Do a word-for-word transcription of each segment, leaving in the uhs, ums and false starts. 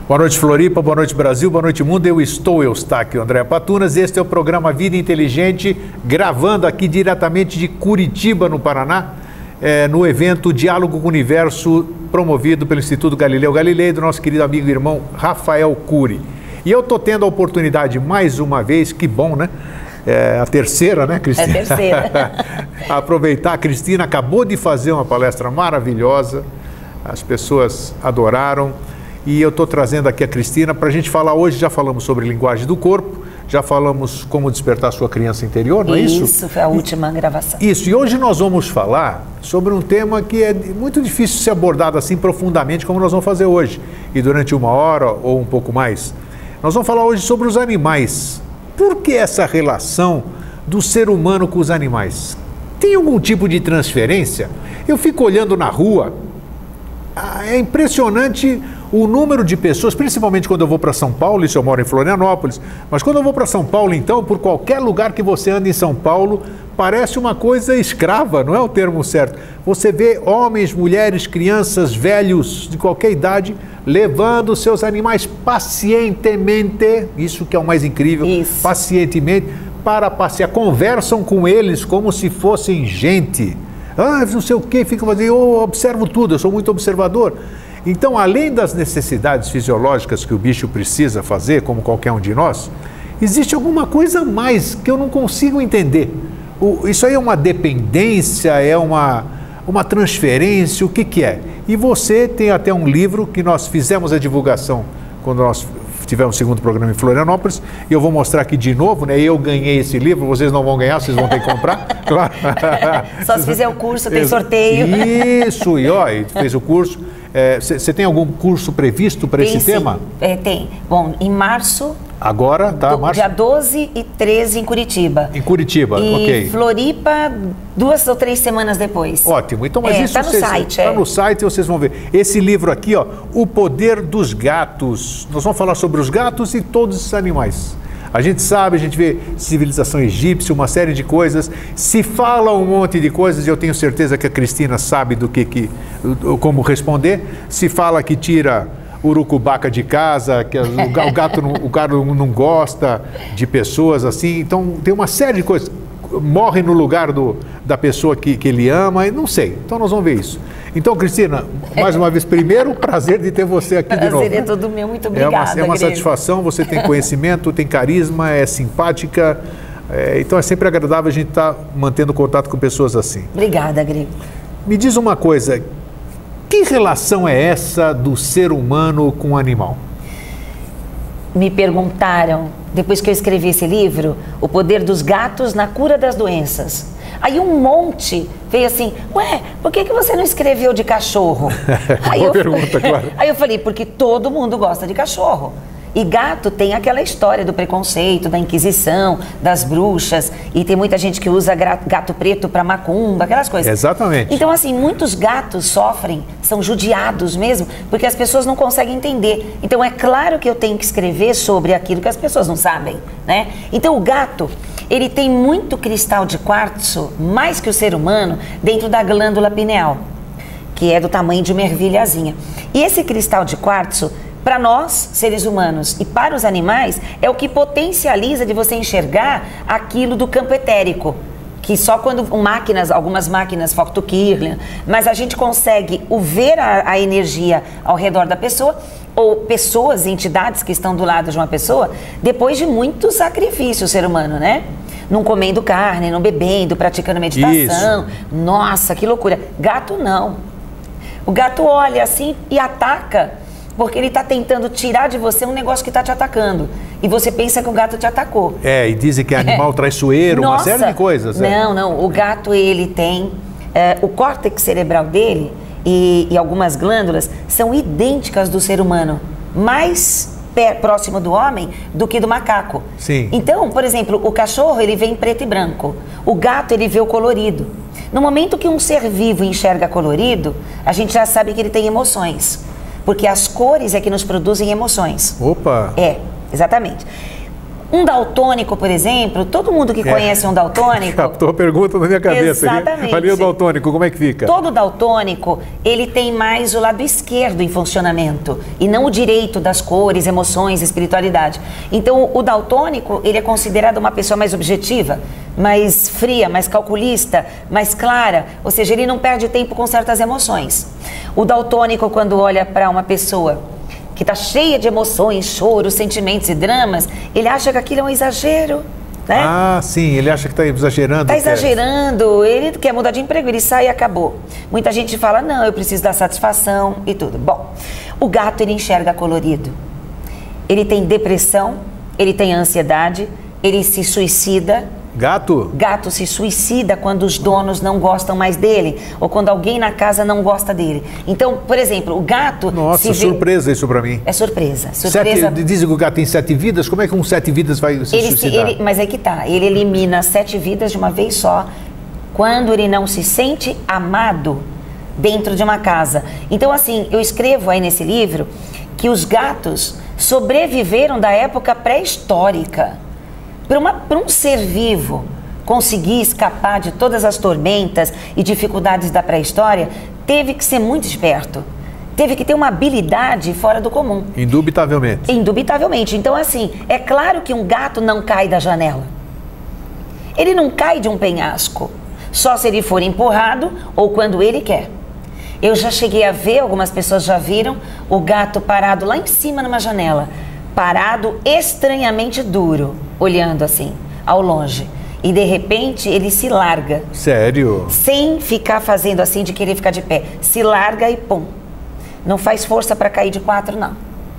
Boa noite, Floripa, boa noite, Brasil, boa noite, mundo. Eu estou, Eustáquio André Patunas. Este é o programa Vida Inteligente, gravando aqui diretamente de Curitiba, no Paraná, é, no evento Diálogo com o Universo, promovido pelo Instituto Galileu Galilei, do nosso querido amigo e irmão Rafael Cury. E eu estou tendo a oportunidade, mais uma vez, que bom, né? É a terceira, né, Cristina? É a terceira. Aproveitar, a Cristina acabou de fazer uma palestra maravilhosa, as pessoas adoraram. E eu estou trazendo aqui a Cristina para a gente falar hoje. Já falamos sobre linguagem do corpo, já falamos como despertar sua criança interior, não é isso? Isso, foi a última gravação. Isso, e hoje nós vamos falar sobre um tema que é muito difícil ser abordado assim profundamente como nós vamos fazer hoje, e durante uma hora ou um pouco mais. Nós vamos falar hoje sobre os animais. Por que essa relação do ser humano com os animais? Tem algum tipo de transferência? Eu fico olhando na rua, é impressionante o número de pessoas, principalmente quando eu vou para São Paulo, isso eu moro em Florianópolis, mas quando eu vou para São Paulo, então, por qualquer lugar que você anda em São Paulo, parece uma coisa escrava, não é o termo certo. Você vê homens, mulheres, crianças, velhos, de qualquer idade, levando seus animais pacientemente, isso que é o mais incrível, isso. pacientemente, para passear, conversam com eles como se fossem gente. Ah, não sei o que, fica fazendo, eu observo tudo, eu sou muito observador. Então, além das necessidades fisiológicas que o bicho precisa fazer, como qualquer um de nós, existe alguma coisa a mais que eu não consigo entender. O, isso aí é uma dependência, é uma, uma transferência, o que que é? E você tem até um livro que nós fizemos a divulgação quando nós tivemos o segundo programa em Florianópolis, e eu vou mostrar aqui de novo, né? Eu ganhei esse livro, vocês não vão ganhar, vocês vão ter que comprar, claro. Só se fizer o curso, tem sorteio. Isso, e ó, fez o curso. Você é, tem algum curso previsto para esse sim. tema? É, tem. Bom, em março... Agora, tá? Do, março... Dia doze e treze em Curitiba. Em Curitiba, e ok. E Floripa, duas ou três semanas depois. Ótimo. Então, mas é, isso tá no vocês, site. Está é. no site e vocês vão ver. Esse livro aqui, ó, O Poder dos Gatos. Nós vamos falar sobre os gatos e todos esses animais. A gente sabe, a gente vê civilização egípcia, uma série de coisas, se fala um monte de coisas, e eu tenho certeza que a Cristina sabe do que, que como responder. Se fala que tira urucubaca de casa, que o gato não, o cara não gosta de pessoas assim, então tem uma série de coisas. Morre no lugar do, da pessoa que, que ele ama, não sei. Então nós vamos ver isso. Então, Cristina, mais uma vez, primeiro, prazer de ter você aqui prazer de novo. Prazer é todo meu, muito obrigada. É uma, é uma satisfação, você tem conhecimento, tem carisma, é simpática, é, então é sempre agradável a gente estar tá mantendo contato com pessoas assim. Obrigada, Grego. Me diz uma coisa, que relação é essa do ser humano com o animal? Me perguntaram, depois que eu escrevi esse livro, O Poder dos Gatos na Cura das Doenças. Aí um monte veio assim, ué, por que, que você não escreveu de cachorro? Aí Boa eu, pergunta, claro. Aí eu falei, porque todo mundo gosta de cachorro. E gato tem aquela história do preconceito, da Inquisição, das bruxas, e tem muita gente que usa gato preto para macumba, aquelas coisas. Exatamente. Então, assim, muitos gatos sofrem, são judiados mesmo, porque as pessoas não conseguem entender. Então, é claro que eu tenho que escrever sobre aquilo que as pessoas não sabem, né? Então, o gato, ele tem muito cristal de quartzo, mais que o ser humano, dentro da glândula pineal, que é do tamanho de uma ervilhazinha. E esse cristal de quartzo, para nós, seres humanos, e para os animais, é o que potencializa de você enxergar aquilo do campo etérico, que só quando máquinas, algumas máquinas, Focto Kirlian, mas a gente consegue o ver a, a energia ao redor da pessoa, ou pessoas, entidades que estão do lado de uma pessoa, depois de muito sacrifício, o ser humano, né? Não comendo carne, não bebendo, praticando meditação. Isso. Nossa, que loucura. Gato não. O gato olha assim e ataca, porque ele está tentando tirar de você um negócio que está te atacando. E você pensa que o gato te atacou. É, e dizem que é animal traiçoeiro, Nossa, uma série de coisas. É. Não, não. O gato, ele tem... É, o córtex cerebral dele e, e algumas glândulas são idênticas do ser humano. Mais pé, próximo do homem do que do macaco. Sim. Então, por exemplo, o cachorro, ele vê em preto e branco. O gato, ele vê o colorido. No momento que um ser vivo enxerga colorido, a gente já sabe que ele tem emoções. Porque as cores é que nos produzem emoções. Opa! É, exatamente. Um daltônico, por exemplo, todo mundo que É. conhece um daltônico... Captou a pergunta na minha cabeça. Exatamente. Ali o daltônico, como é que fica? Todo daltônico, ele tem mais o lado esquerdo em funcionamento e não o direito das cores, emoções, espiritualidade. Então, o daltônico, ele é considerado uma pessoa mais objetiva, mais fria, mais calculista, mais clara, ou seja, ele não perde tempo com certas emoções. O daltônico, quando olha para uma pessoa que está cheia de emoções, choros, sentimentos e dramas, ele acha que aquilo é um exagero, né? Ah, sim, ele acha que está exagerando. Está exagerando, ele quer mudar de emprego, ele sai e acabou. Muita gente fala, não, eu preciso dar satisfação e tudo. Bom, o gato, ele enxerga colorido. Ele tem depressão, ele tem ansiedade, ele se suicida. Gato? Gato se suicida quando os donos não gostam mais dele ou quando alguém na casa não gosta dele. Então, por exemplo, o gato... Nossa, se vê... surpresa isso pra mim. É surpresa. surpresa... Sete, dizem que o gato tem sete vidas, como é que um sete vidas vai se ele suicidar? Se, ele, mas é que tá, ele elimina sete vidas de uma vez só quando ele não se sente amado dentro de uma casa. Então, assim, eu escrevo aí nesse livro que os gatos sobreviveram da época pré-histórica. Para um ser vivo conseguir escapar de todas as tormentas e dificuldades da pré-história, teve que ser muito esperto. Teve que ter uma habilidade fora do comum. Indubitavelmente. Indubitavelmente. Então, assim, é claro que um gato não cai da janela. Ele não cai de um penhasco. Só se ele for empurrado ou quando ele quer. Eu já cheguei a ver, algumas pessoas já viram, o gato parado lá em cima numa janela. Parado estranhamente duro, olhando assim, ao longe. E de repente ele se larga. Sério? Sem ficar fazendo assim de querer ficar de pé. Se larga e pum. Não faz força para cair de quatro, não.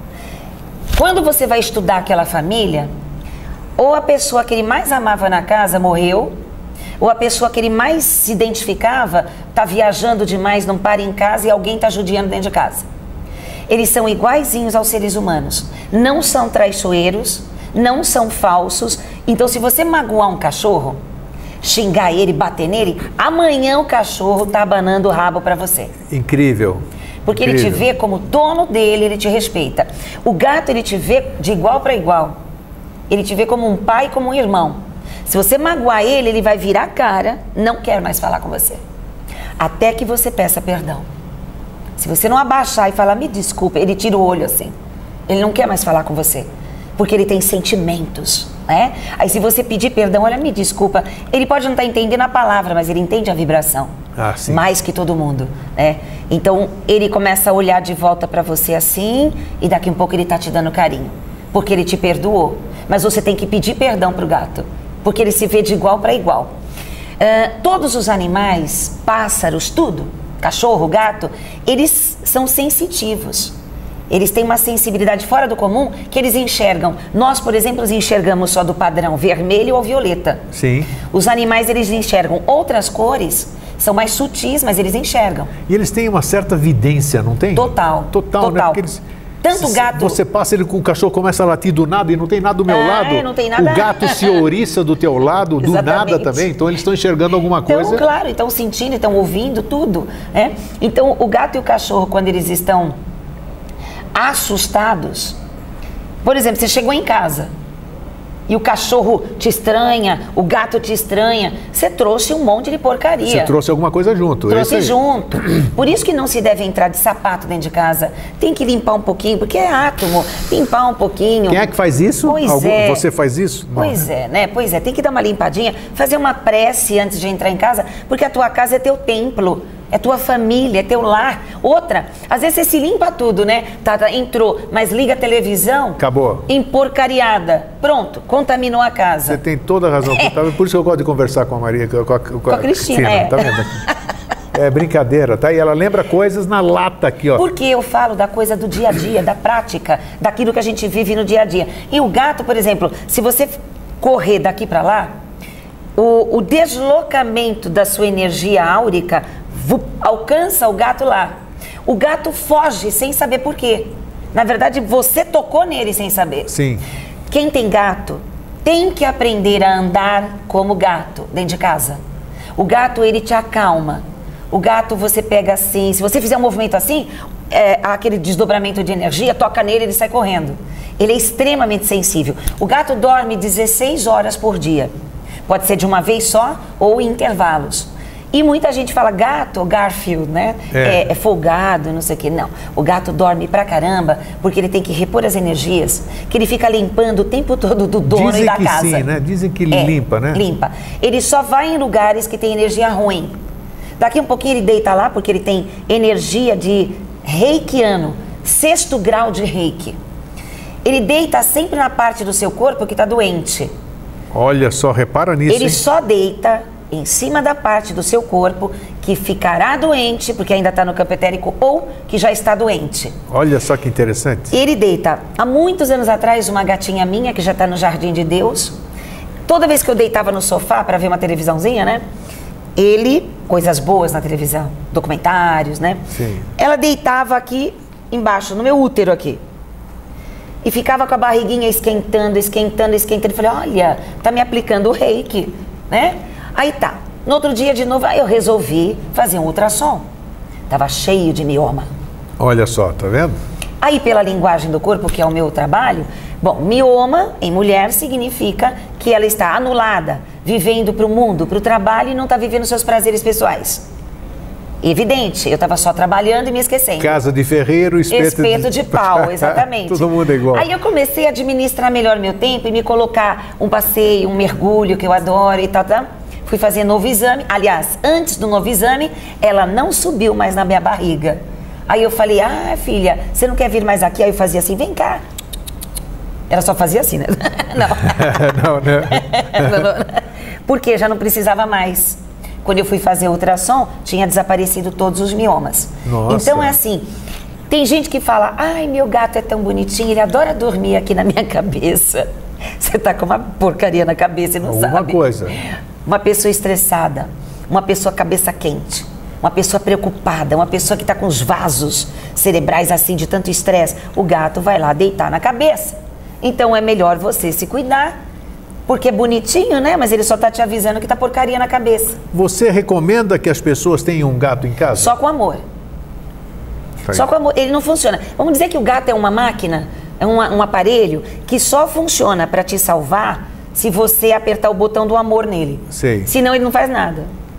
Quando você vai estudar aquela família, ou a pessoa que ele mais amava na casa morreu, ou a pessoa que ele mais se identificava está viajando demais, não para em casa e alguém está judiando dentro de casa. Eles são iguaizinhos aos seres humanos. Não são traiçoeiros, não são falsos. Então, se você magoar um cachorro, xingar ele, bater nele, amanhã o cachorro tá abanando o rabo para você. Incrível. Porque Incrível. ele te vê como dono dele, ele te respeita. O gato, ele te vê de igual para igual. Ele te vê como um pai, como um irmão. Se você magoar ele, ele vai virar a cara, não quer mais falar com você. Até que você peça perdão. Se você não abaixar e falar, me desculpa, ele tira o olho assim. Ele não quer mais falar com você. Porque ele tem sentimentos, né? Aí se você pedir perdão, olha, me desculpa. Ele pode não estar entendendo a palavra, mas ele entende a vibração. Ah, sim. Mais que todo mundo, né? Então, ele começa a olhar de volta para você assim e daqui um pouco ele tá te dando carinho. Porque ele te perdoou. Mas você tem que pedir perdão pro gato. Porque ele se vê de igual para igual. Uh, todos os animais, pássaros, tudo... cachorro, gato, eles são sensitivos. Eles têm uma sensibilidade fora do comum que eles enxergam. Nós, por exemplo, enxergamos só do padrão vermelho ou violeta. Sim. Os animais, eles enxergam outras cores, são mais sutis, mas eles enxergam. E eles têm uma certa vidência, não tem? Total. Total, total. né? Porque eles... Tanto o gato... Você passa, ele, o cachorro começa a latir do nada e não tem nada do meu ah, lado. Não tem nada. O gato se ouriça do teu lado, do Exatamente. nada também. Então eles estão enxergando alguma coisa. Então, claro, estão sentindo, estão ouvindo tudo. Né? Então, o gato e o cachorro, quando eles estão assustados... Por exemplo, você chegou em casa e o cachorro te estranha, o gato te estranha, você trouxe um monte de porcaria. Você trouxe alguma coisa junto. Trouxe é isso aí. junto. Por isso que não se deve entrar de sapato dentro de casa. Tem que limpar um pouquinho, porque é átomo. Limpar um pouquinho. Quem é que faz isso? Pois Algum... é. Você faz isso? Pois é, né? Pois é. Tem que dar uma limpadinha, fazer uma prece antes de entrar em casa, porque a tua casa é teu templo. É tua família, é teu lar. Outra, às vezes você se limpa tudo, né? Tá, tá, entrou, mas liga a televisão. Acabou. Emporcariada. Pronto, contaminou a casa. Você tem toda a razão. É. Por isso que eu gosto de conversar com a Maria, com a, com com a Cristina. Cristina, é. Tá vendo? É brincadeira, tá? E ela lembra coisas na lata aqui, ó. Porque eu falo da coisa do dia a dia, da prática, daquilo que a gente vive no dia a dia. E o gato, por exemplo, se você correr daqui para lá, o, o deslocamento da sua energia áurica vup, alcança o gato lá. O gato foge sem saber por quê. Na verdade, você tocou nele sem saber. Sim. Quem tem gato tem que aprender a andar como gato dentro de casa. O gato, ele te acalma. O gato, você pega assim, se você fizer um movimento assim, é, aquele desdobramento de energia, toca nele, ele sai correndo. Ele é extremamente sensível. O gato dorme dezesseis horas por dia. Pode ser de uma vez só ou em intervalos. E muita gente fala, gato, Garfield, né? É, é, é folgado, não sei o quê. Não, o gato dorme pra caramba porque ele tem que repor as energias, que ele fica limpando o tempo todo do dono Dizem e da que casa. Sim, né? Dizem que ele é, limpa, né? Limpa. Ele só vai em lugares que tem energia ruim. Daqui um pouquinho ele deita lá porque ele tem energia de reikiano, sexto grau de reiki. Ele deita sempre na parte do seu corpo que está doente. Olha só, repara nisso. Ele hein? só deita em cima da parte do seu corpo que ficará doente, porque ainda está no campo etérico, ou que já está doente. Olha só que interessante. Ele deita. Há muitos anos atrás, uma gatinha minha, que já está no Jardim de Deus, toda vez que eu deitava no sofá para ver uma televisãozinha, né? Ele, coisas boas na televisão, documentários, né? Sim. Ela deitava aqui embaixo, no meu útero aqui. E ficava com a barriguinha esquentando, esquentando, esquentando. Eu falei, olha, tá me aplicando o reiki, né? Aí tá. No outro dia, de novo, aí eu resolvi fazer um ultrassom. Tava cheio de mioma. Olha só, tá vendo? Aí, pela linguagem do corpo, que é o meu trabalho, bom, mioma em mulher significa que ela está anulada, vivendo para o mundo, para o trabalho e não está vivendo seus prazeres pessoais. Evidente, eu estava só trabalhando e me esquecendo. Casa de ferreiro, espeto, espeto de... de pau, exatamente. Todo mundo é igual. Aí eu comecei a administrar melhor meu tempo e me colocar um passeio, um mergulho, que eu adoro e tal, tal. Fui fazer novo exame. Aliás, antes do novo exame, ela não subiu mais na minha barriga. Aí eu falei, ah, filha, você não quer vir mais aqui? Aí eu fazia assim, vem cá. Ela só fazia assim, né? Não. não, né? Porque já não precisava mais. Quando eu fui fazer o ultrassom, tinha desaparecido todos os miomas. Nossa. Então é assim, tem gente que fala, ai, meu gato é tão bonitinho, ele adora dormir aqui na minha cabeça. Você tá com uma porcaria na cabeça e não Alguma sabe. coisa. Uma pessoa estressada, uma pessoa cabeça quente, uma pessoa preocupada, uma pessoa que está com os vasos cerebrais assim de tanto estresse, o gato vai lá deitar na cabeça. Então é melhor você se cuidar, porque é bonitinho, né? Mas ele só está te avisando que tá porcaria na cabeça. Você recomenda que as pessoas tenham um gato em casa? Só com amor. Tá. Só com amor. Ele não funciona. Vamos dizer que o gato é uma máquina, é um, um aparelho que só funciona para te salvar se você apertar o botão do amor nele. Sei. Senão ele não faz nada.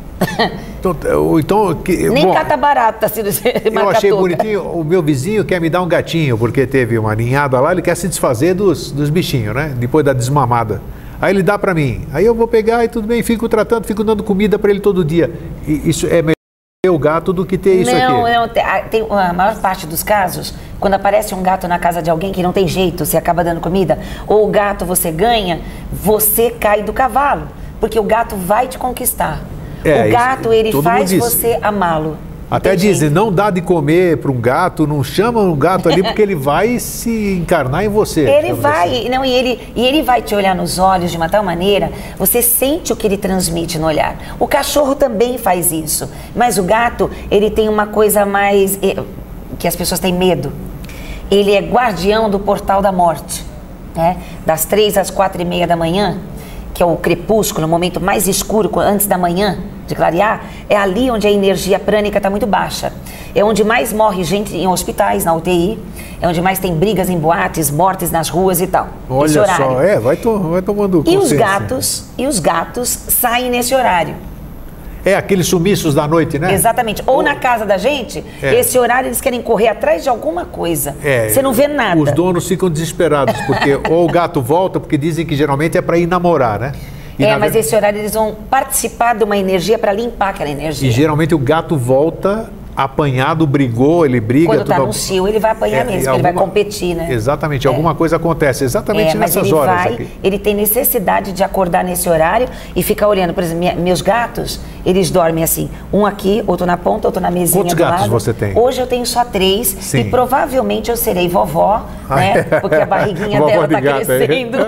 Então, então que, Nem bom, cata barata se você eu achei bonitinho, o meu vizinho quer me dar um gatinho, porque teve uma ninhada lá, ele quer se desfazer dos, dos bichinhos, né? Depois da desmamada. Aí ele dá pra mim, aí eu vou pegar e tudo bem, fico tratando, fico dando comida pra ele todo dia. E isso é melhor ter o gato do que ter isso não, aqui. Não, tem, a maior parte dos casos, quando aparece um gato na casa de alguém que não tem jeito, você acaba dando comida, ou o gato você ganha, você cai do cavalo, porque o gato vai te conquistar. É, o gato, isso, ele todo faz mundo diz. você amá-lo. Até Tem dizem, jeito. não dá de comer para um gato, não chama um gato ali, porque ele vai se encarnar em você. Ele digamos vai, assim. não, e ele, e ele vai te olhar nos olhos de uma tal maneira, você sente o que ele transmite no olhar. O cachorro também faz isso, mas o gato, ele tem uma coisa mais, eh, que as pessoas têm medo. Ele é guardião do portal da morte, né? Das três às quatro e meia da manhã, que é o crepúsculo, o momento mais escuro antes da manhã, de clarear, é ali onde a energia prânica está muito baixa. É onde mais morre gente em hospitais, na U T I, é onde mais tem brigas em boates, mortes nas ruas e tal. Olha Esse horário. só, é, vai, to vai tomando E os consciência. gatos, e os gatos saem nesse horário. É aqueles sumiços da noite, né? Exatamente. Ou na casa da gente, É. esse horário eles querem correr atrás de alguma coisa. É, Você não vê nada. Os donos ficam desesperados, porque ou o gato volta, porque dizem que geralmente é para ir namorar, né? E é, na mas ver- esse horário eles vão participar de uma energia para limpar aquela energia. E geralmente o gato volta apanhado, brigou, ele briga. Quando tá tudo- no cio, ele vai apanhar É, mesmo, e porque ele vai alguma- competir, né? Exatamente, É. alguma coisa acontece exatamente É, mas nessas ele horas vai, aqui. ele tem necessidade de acordar nesse horário e ficar olhando. Por exemplo, minha- meus gatos, eles dormem assim, um aqui, outro na ponta, outro na mesinha Quantos do gatos lado. você tem? Hoje eu tenho só três. Sim. E provavelmente eu serei vovó, Ah, né? é? Porque a barriguinha Vovó dela de tá gato, é. crescendo.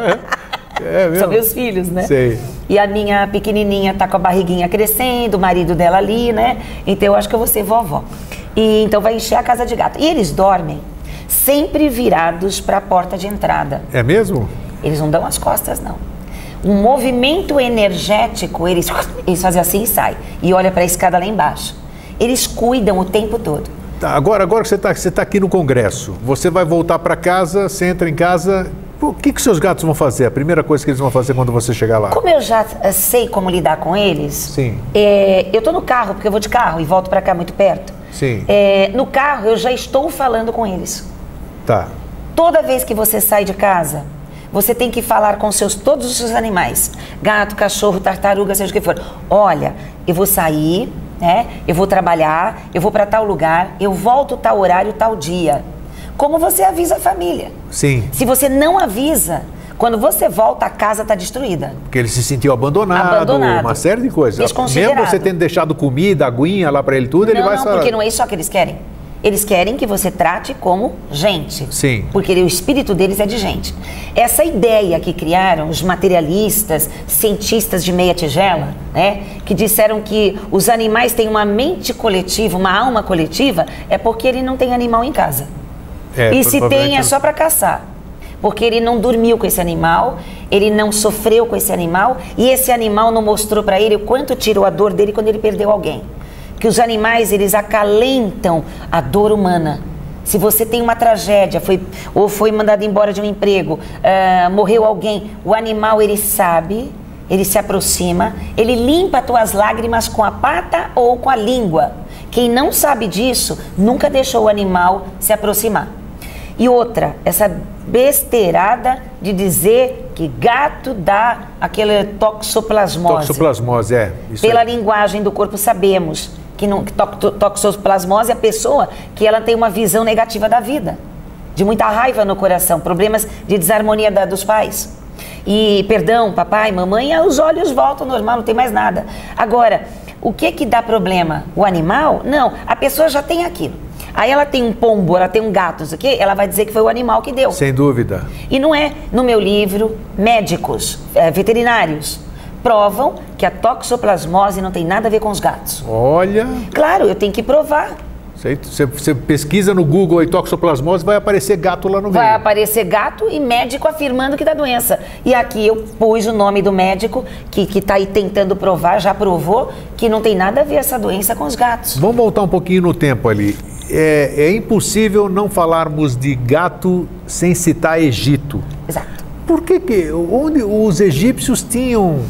É mesmo? São meus filhos, né? Sei. E a minha pequenininha tá com a barriguinha crescendo, o marido dela ali, né? Então eu acho que eu vou ser vovó. E então vai encher a casa de gato. E eles dormem sempre virados para a porta de entrada. É mesmo? Eles não dão as costas, não. Um movimento energético, eles, eles fazem assim e saem. E olha para a escada lá embaixo. Eles cuidam o tempo todo. Tá, agora, agora que você está você tá aqui no Congresso, você vai voltar para casa, você entra em casa, o que que seus gatos vão fazer? A primeira coisa que eles vão fazer quando você chegar lá? Como eu já uh, sei como lidar com eles, Sim. É, eu estou no carro, porque eu vou de carro e volto para cá muito perto. Sim. É, no carro eu já estou falando com eles. Tá. Toda vez que você sai de casa, você tem que falar com seus, todos os seus animais. Gato, cachorro, tartaruga, seja o que for. Olha, eu vou sair, né? Eu vou trabalhar, eu vou para tal lugar, eu volto tal horário, tal dia. Como você avisa a família? Sim. Se você não avisa, quando você volta, a casa está destruída. Porque ele se sentiu abandonado, Abandonado. uma série de coisas. Desconsiderado. Mesmo você tendo deixado comida, aguinha lá para ele tudo, ele não, vai... Não, só... porque não é isso só que eles querem. Eles querem que você trate como gente. Sim. Porque o espírito deles é de gente. Essa ideia que criaram os materialistas, cientistas de meia tigela, né, que disseram que os animais têm uma mente coletiva, uma alma coletiva, é porque ele não tem animal em casa. É, e se tem, é só para caçar. Porque ele não dormiu com esse animal, ele não sofreu com esse animal, e esse animal não mostrou para ele o quanto tirou a dor dele quando ele perdeu alguém. Que os animais, eles acalentam a dor humana. Se você tem uma tragédia, foi, ou foi mandado embora de um emprego, uh, morreu alguém, o animal, ele sabe, ele se aproxima, ele limpa as tuas lágrimas com a pata ou com a língua. Quem não sabe disso, nunca deixou o animal se aproximar. E outra, essa besteirada de dizer que gato dá aquele toxoplasmose. Toxoplasmose, é. Isso Pela é. linguagem do corpo, sabemos que, não, que to, to, toxoplasmose é a pessoa que ela tem uma visão negativa da vida, de muita raiva no coração, problemas de desarmonia da, dos pais. E, perdão, papai, mamãe, os olhos voltam ao normal, não tem mais nada. Agora, o que que dá problema? O animal? Não, a pessoa já tem aquilo. Aí ela tem um pombo, ela tem um gato, isso aqui, ela vai dizer que foi o animal que deu. Sem dúvida. E não é, no meu livro, médicos, é, veterinários, provam que a toxoplasmose não tem nada a ver com os gatos. Olha... Claro, eu tenho que provar. Você, você, você pesquisa no Google aí, toxoplasmose, vai aparecer gato lá no meio. Vai aparecer gato e médico afirmando que dá doença. E aqui eu pus o nome do médico que está aí tentando provar, já provou, que não tem nada a ver essa doença com os gatos. Vamos voltar um pouquinho no tempo ali. É, é impossível não falarmos de gato sem citar Egito. Exato. Por que que, onde os egípcios tinham,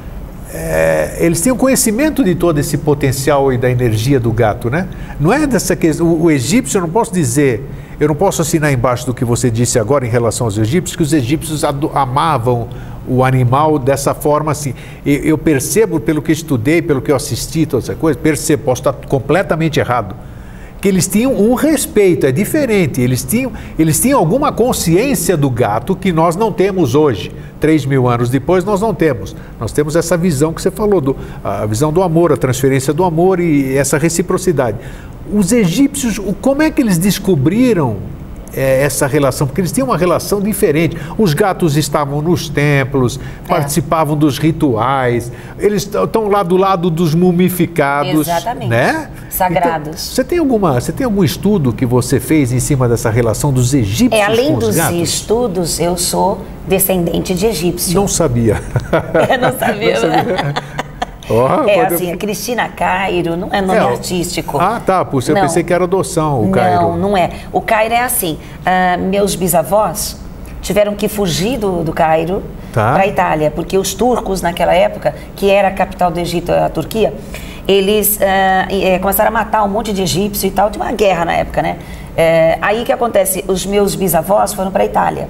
é, eles tinham conhecimento de todo esse potencial e da energia do gato, né? Não é dessa questão, o, o egípcio, eu não posso dizer, eu não posso assinar embaixo do que você disse agora em relação aos egípcios, que os egípcios ado, amavam o animal dessa forma assim. Eu, eu percebo, pelo que estudei, pelo que eu assisti, toda essa coisa, percebo, posso estar completamente errado, que eles tinham um respeito, é diferente, eles tinham, eles tinham alguma consciência do gato que nós não temos hoje. Três mil anos depois nós não temos. Nós temos essa visão que você falou, do, a visão do amor, a transferência do amor e essa reciprocidade. Os egípcios, como é que eles descobriram é, essa relação? Porque eles tinham uma relação diferente. Os gatos estavam nos templos, é. participavam dos rituais, eles estão lá do lado dos mumificados. Exatamente. Né? Sagrados. Então, você tem alguma, você tem algum estudo que você fez em cima dessa relação dos egípcios é, além com os dos gatos? estudos, eu sou descendente de egípcio. Não sabia. Eu não sabia, não sabia. né? Oh, é pode... assim, a Cristina Cairo, não é nome é, artístico. Ah, tá, por isso eu não. pensei que era adoção, o Cairo. Não, não é. O Cairo é assim, uh, meus bisavós tiveram que fugir do, do Cairo tá. para a Itália, porque os turcos naquela época, que era a capital do Egito, a Turquia, eles uh, começaram a matar um monte de egípcio e tal, tinha uma guerra na época, né? Uh, aí o que acontece? Os meus bisavós foram para a Itália.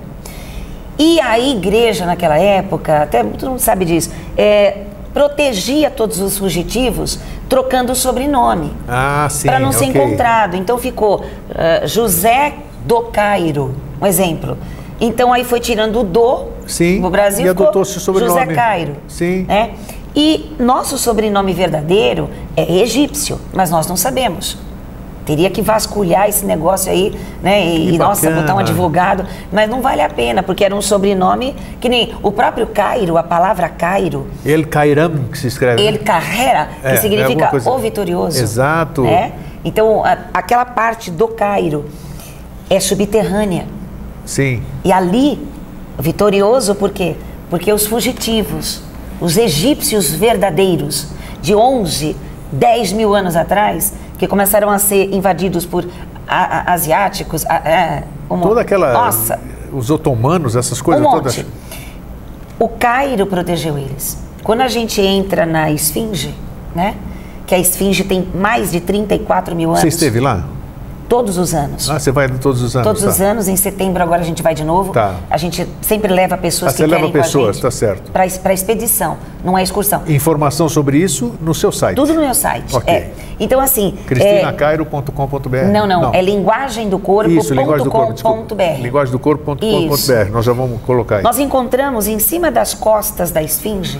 E a igreja naquela época, até todo mundo sabe disso, é, protegia todos os fugitivos trocando o sobrenome. Ah, sim. Para não okay. ser encontrado. Então ficou uh, José do Cairo, um exemplo. Então aí foi tirando o do, sim, no Brasil e ficou adotou-se o sobrenome. José Cairo. Sim. Né? E nosso sobrenome verdadeiro é egípcio, mas nós não sabemos. Teria que vasculhar esse negócio aí, né? E, nossa, botar um advogado. Mas não vale a pena, porque era um sobrenome que nem o próprio Cairo, a palavra Cairo. El Cairam, que se escreve. El Carrera, que é, significa é o vitorioso. Exato. Né? Então, a, aquela parte do Cairo é subterrânea. Sim. E ali, vitorioso por quê? Porque os fugitivos, os egípcios verdadeiros, de onze, dez mil anos atrás, que começaram a ser invadidos por a, a, asiáticos, a, a, uma, toda aquela, nossa, os otomanos, essas coisas um todas. monte. O Cairo protegeu eles. Quando a gente entra na Esfinge, né, que a Esfinge tem mais de trinta e quatro mil anos. Você esteve lá? Todos os anos. Ah, você vai todos os anos? Todos tá. os anos, em setembro agora a gente vai de novo. Tá. A gente sempre leva pessoas ah, que querem leva pessoas, com a tá certo. Para expedição, não é excursão. Informação sobre isso no seu site? Tudo no meu site. Ok. É. Então, assim... cristina cairo ponto com ponto b r Não, não, não, é linguagem do corpo ponto com ponto b r. linguagem do corpo ponto com ponto b r. Nós já vamos colocar aí. Nós encontramos em cima das costas da Esfinge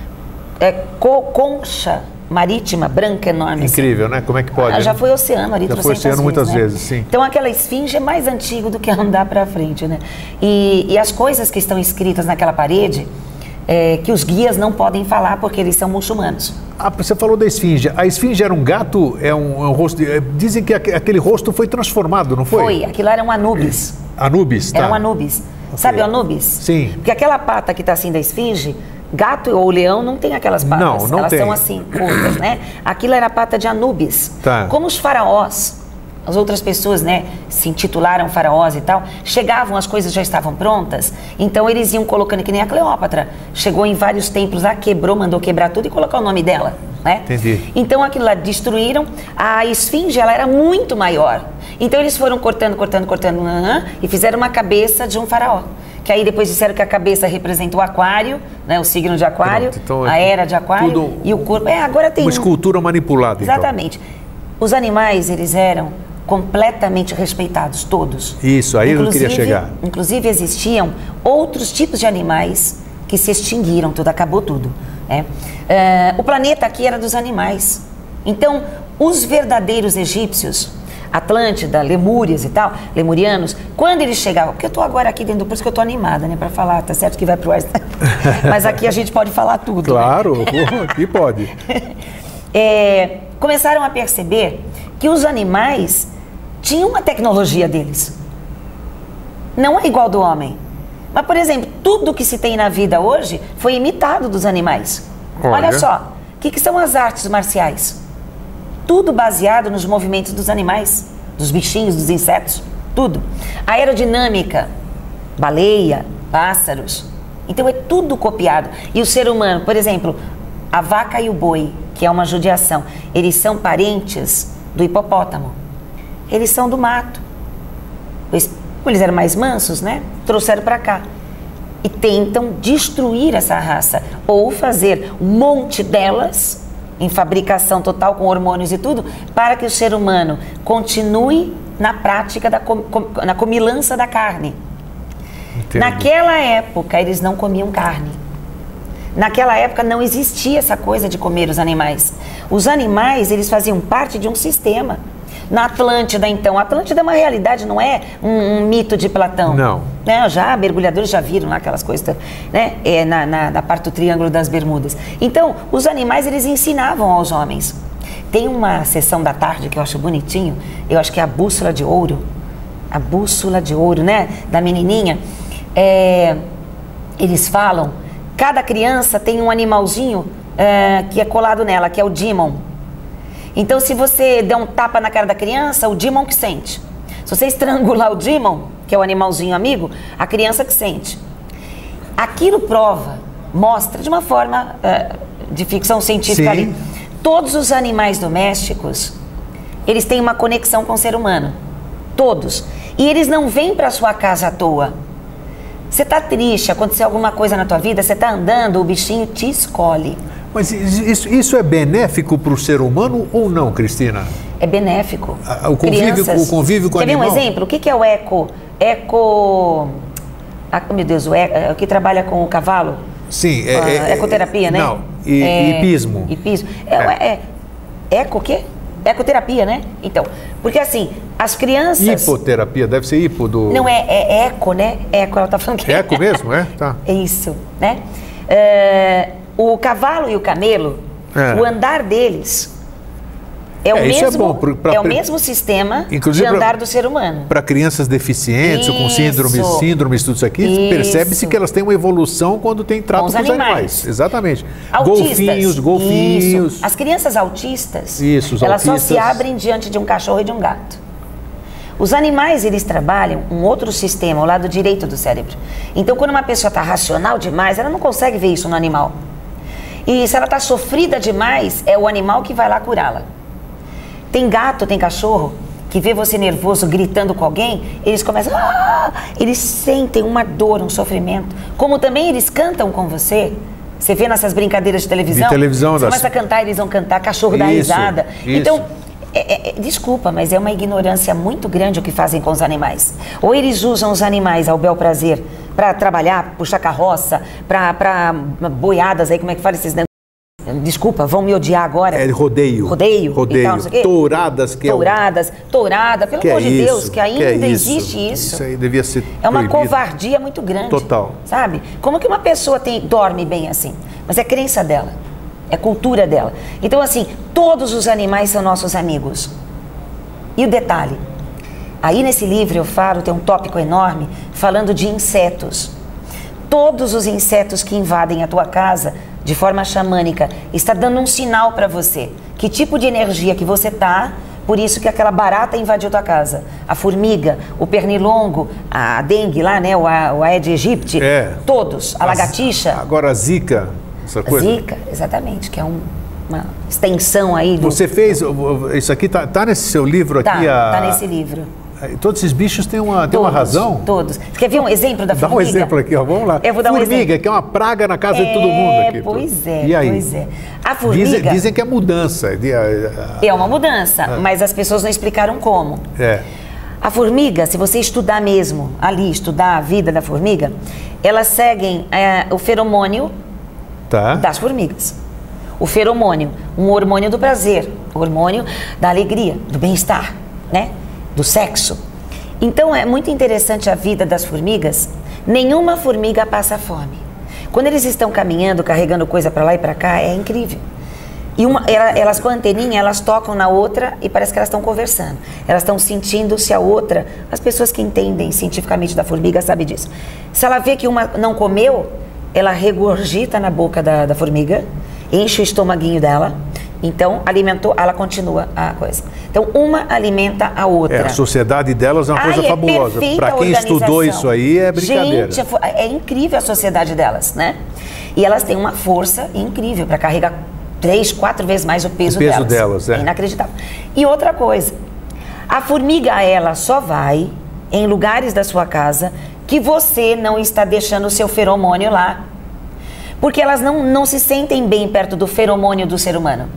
é, co concha marítima, branca, enorme. Incrível, assim. né? Como é que pode? Ah, já né? foi oceano ali, já foi oceano muitas né? vezes, sim. Então aquela esfinge é mais antiga do que andar para frente, né? E, e as coisas que estão escritas naquela parede, é, que os guias não podem falar porque eles são muçulmanos. Ah, você falou da esfinge. A esfinge era um gato? É um, é um rosto? É, dizem que aquele rosto foi transformado, não foi? Foi. Aquilo era um Anubis. Anubis, tá. Era um Anubis. Okay. Sabe o Anubis? Sim. Porque aquela pata que está assim da esfinge, gato ou leão não tem aquelas patas. Não, não Elas tem. são assim, curtas, né? Aquilo era a pata de Anubis. Tá. Como os faraós, as outras pessoas, né, se intitularam faraós e tal, chegavam, as coisas já estavam prontas, então eles iam colocando, que nem a Cleópatra. Chegou em vários templos lá, quebrou, mandou quebrar tudo e colocar o nome dela, né? Entendi. Então aquilo lá destruíram. A esfinge, ela era muito maior. Então eles foram cortando, cortando, cortando, uh, e fizeram uma cabeça de um faraó. Que aí depois disseram que a cabeça representa o aquário, né, o signo de aquário, Pronto, então, a era de aquário, tudo e o corpo. É, agora tem uma escultura manipulada. Exatamente. Então. Os animais, eles eram completamente respeitados, todos. Isso, aí eu queria chegar. Inclusive existiam outros tipos de animais que se extinguiram, tudo, acabou tudo. Né? Uh, o planeta aqui era dos animais. Então, os verdadeiros egípcios, Atlântida, Lemúrias e tal, lemurianos, quando eles chegavam, porque eu estou agora aqui dentro, por isso que eu estou animada, né, para falar, tá certo que vai pro ar, mas aqui a gente pode falar tudo. Claro, né? Aqui pode. É, começaram a perceber que os animais tinham uma tecnologia deles. Não é igual do homem. Mas, por exemplo, tudo que se tem na vida hoje foi imitado dos animais. Olha, Olha só, o que, que são as artes marciais? Tudo baseado nos movimentos dos animais, dos bichinhos, dos insetos, tudo. A aerodinâmica, baleia, pássaros. Então é tudo copiado. E o ser humano, por exemplo, a vaca e o boi, que é uma judiação, eles são parentes do hipopótamo. Eles são do mato. Pois, como eles eram mais mansos, né? Trouxeram para cá. E tentam destruir essa raça. Ou fazer um monte delas em fabricação total, com hormônios e tudo, para que o ser humano continue na prática, da com, com, na comilança da carne. Entendo. Naquela época, eles não comiam carne. Naquela época, não existia essa coisa de comer os animais. Os animais, eles faziam parte de um sistema. Na Atlântida, então, a Atlântida é uma realidade, não é um, um mito de Platão. Não. Né? Já, mergulhadores já viram lá aquelas coisas, né? É, na, na, na parte do Triângulo das Bermudas. Então, os animais, eles ensinavam aos homens. Tem uma sessão da tarde que eu acho bonitinho, eu acho que é a Bússola de Ouro. A Bússola de Ouro, né? Da menininha. É, eles falam, cada criança tem um animalzinho é, que é colado nela, que é o Demon. Então, se você der um tapa na cara da criança, o Demon que sente. Se você estrangular o Demon, que é o animalzinho amigo, a criança que sente. Aquilo prova, mostra, de uma forma uh, de ficção científica Sim. ali, todos os animais domésticos, eles têm uma conexão com o ser humano. Todos. E eles não vêm para sua casa à toa. Você está triste, aconteceu alguma coisa na tua vida, você está andando, o bichinho te escolhe. Mas isso, isso é benéfico para o ser humano ou não, Cristina? É benéfico. O convívio, o convívio com o animal? Quer ver um exemplo? O que, que é o eco? Eco... Ah, meu Deus, o, eco, o que trabalha com o cavalo? Sim. É, ah, é, ecoterapia, né? Não, e, é, hipismo. Hipismo. É, é. é eco o quê? Ecoterapia, né? Então, porque assim, as crianças... Hipoterapia, deve ser hipo do... Não, é, é eco, né? Eco, ela tá falando que... Eco mesmo, é? Tá. É isso, né? É, o cavalo e o camelo, é. o andar deles É o, É, isso é mesmo, bom pro- pra- é o mesmo sistema de Inclusive pra- andar do ser humano. Para crianças deficientes ou com síndromes, Isso. síndromes, tudo isso aqui, Isso. percebe-se que elas têm uma evolução quando tem trato Com com os os animais. animais. Exatamente. Autistas. Golfinhos, golfinhos. Isso. As crianças autistas, Isso, os elas só se autistas. abrem diante de um cachorro e de um gato. Os animais, eles trabalham um outro sistema, o lado direito do cérebro. Então, quando uma pessoa está racional demais, ela não consegue ver isso no animal. E se ela está sofrida demais, é o animal que vai lá curá-la. Tem gato, tem cachorro, que vê você nervoso, gritando com alguém, eles começam... Ah! Eles sentem uma dor, um sofrimento. Como também eles cantam com você. Você vê nessas brincadeiras de televisão, De televisão, você das- começa a cantar, eles vão cantar, cachorro dá Isso, risada. isso. Então, é- é- é- desculpa, mas é uma ignorância muito grande o que fazem com os animais. Ou eles usam os animais ao bel prazer para trabalhar, puxar carroça, para boiadas aí, como é que fala esses negócios? Desculpa, vão me odiar agora. É rodeio. Rodeio. Rodeio. E tal, não sei o quê. Touradas, que Touradas, tourada, pelo é o... que amor é de isso? Deus, que ainda é isso? existe isso. Isso aí devia ser É uma proibido. covardia muito grande. Total. Sabe? Como que uma pessoa tem, dorme bem assim? Mas é crença dela, é cultura dela. Então, assim, todos os animais são nossos amigos. E o detalhe, aí nesse livro eu falo, tem um tópico enorme, falando de insetos. Todos os insetos que invadem a tua casa de forma xamânica está dando um sinal para você. Que tipo de energia que você tá, por isso que aquela barata invadiu tua casa. A formiga, o pernilongo, a dengue lá, né, o, a- o Aedes aegypti, É. todos, a lagartixa, Agora a zika, essa a coisa. zika, exatamente, que é um- uma extensão aí do... Você fez, isso aqui tá, tá nesse seu livro Tá, aqui? a- tá nesse livro. Todos esses bichos têm uma, têm uma Todos, razão? Todos. Você quer ver um exemplo da Dá formiga? um exemplo aqui, ó. Vamos lá. Eu vou dar um Formiga, exemplo. que é uma praga na casa de todo mundo aqui. Pois é, E aí? pois é. A formiga Dizem, dizem que é mudança. de- é uma mudança, mas as pessoas não explicaram como. É. A formiga, se você estudar mesmo, ali, estudar a vida da formiga, elas seguem é, o feromônio Tá. das formigas. O feromônio, um hormônio do prazer, o hormônio da alegria, do bem-estar, né? Do sexo. Então é muito interessante a vida das formigas. Nenhuma formiga passa fome. Quando eles estão caminhando, carregando coisa para lá e para cá, é incrível. E uma, ela- elas com a anteninha, elas tocam na outra e parece que elas estão conversando. Elas estão sentindo se a outra... As pessoas que entendem cientificamente da formiga sabem disso. Se ela vê que uma não comeu, ela regurgita na boca da, da formiga, enche o estomaguinho dela, então alimentou, ela continua a coisa. Então uma alimenta a outra. É, a sociedade delas é uma Ai, coisa é fabulosa. perfeita Para a quem estudou organização. isso aí, é brincadeira. Gente, é fo- é incrível a sociedade delas, né? E elas têm uma força incrível para carregar três, quatro vezes mais o peso, O peso delas. delas, é. Inacreditável. E outra coisa, a formiga, ela só vai em lugares da sua casa que você não está deixando o seu feromônio lá. Porque elas não, não se sentem bem perto do feromônio do ser humano.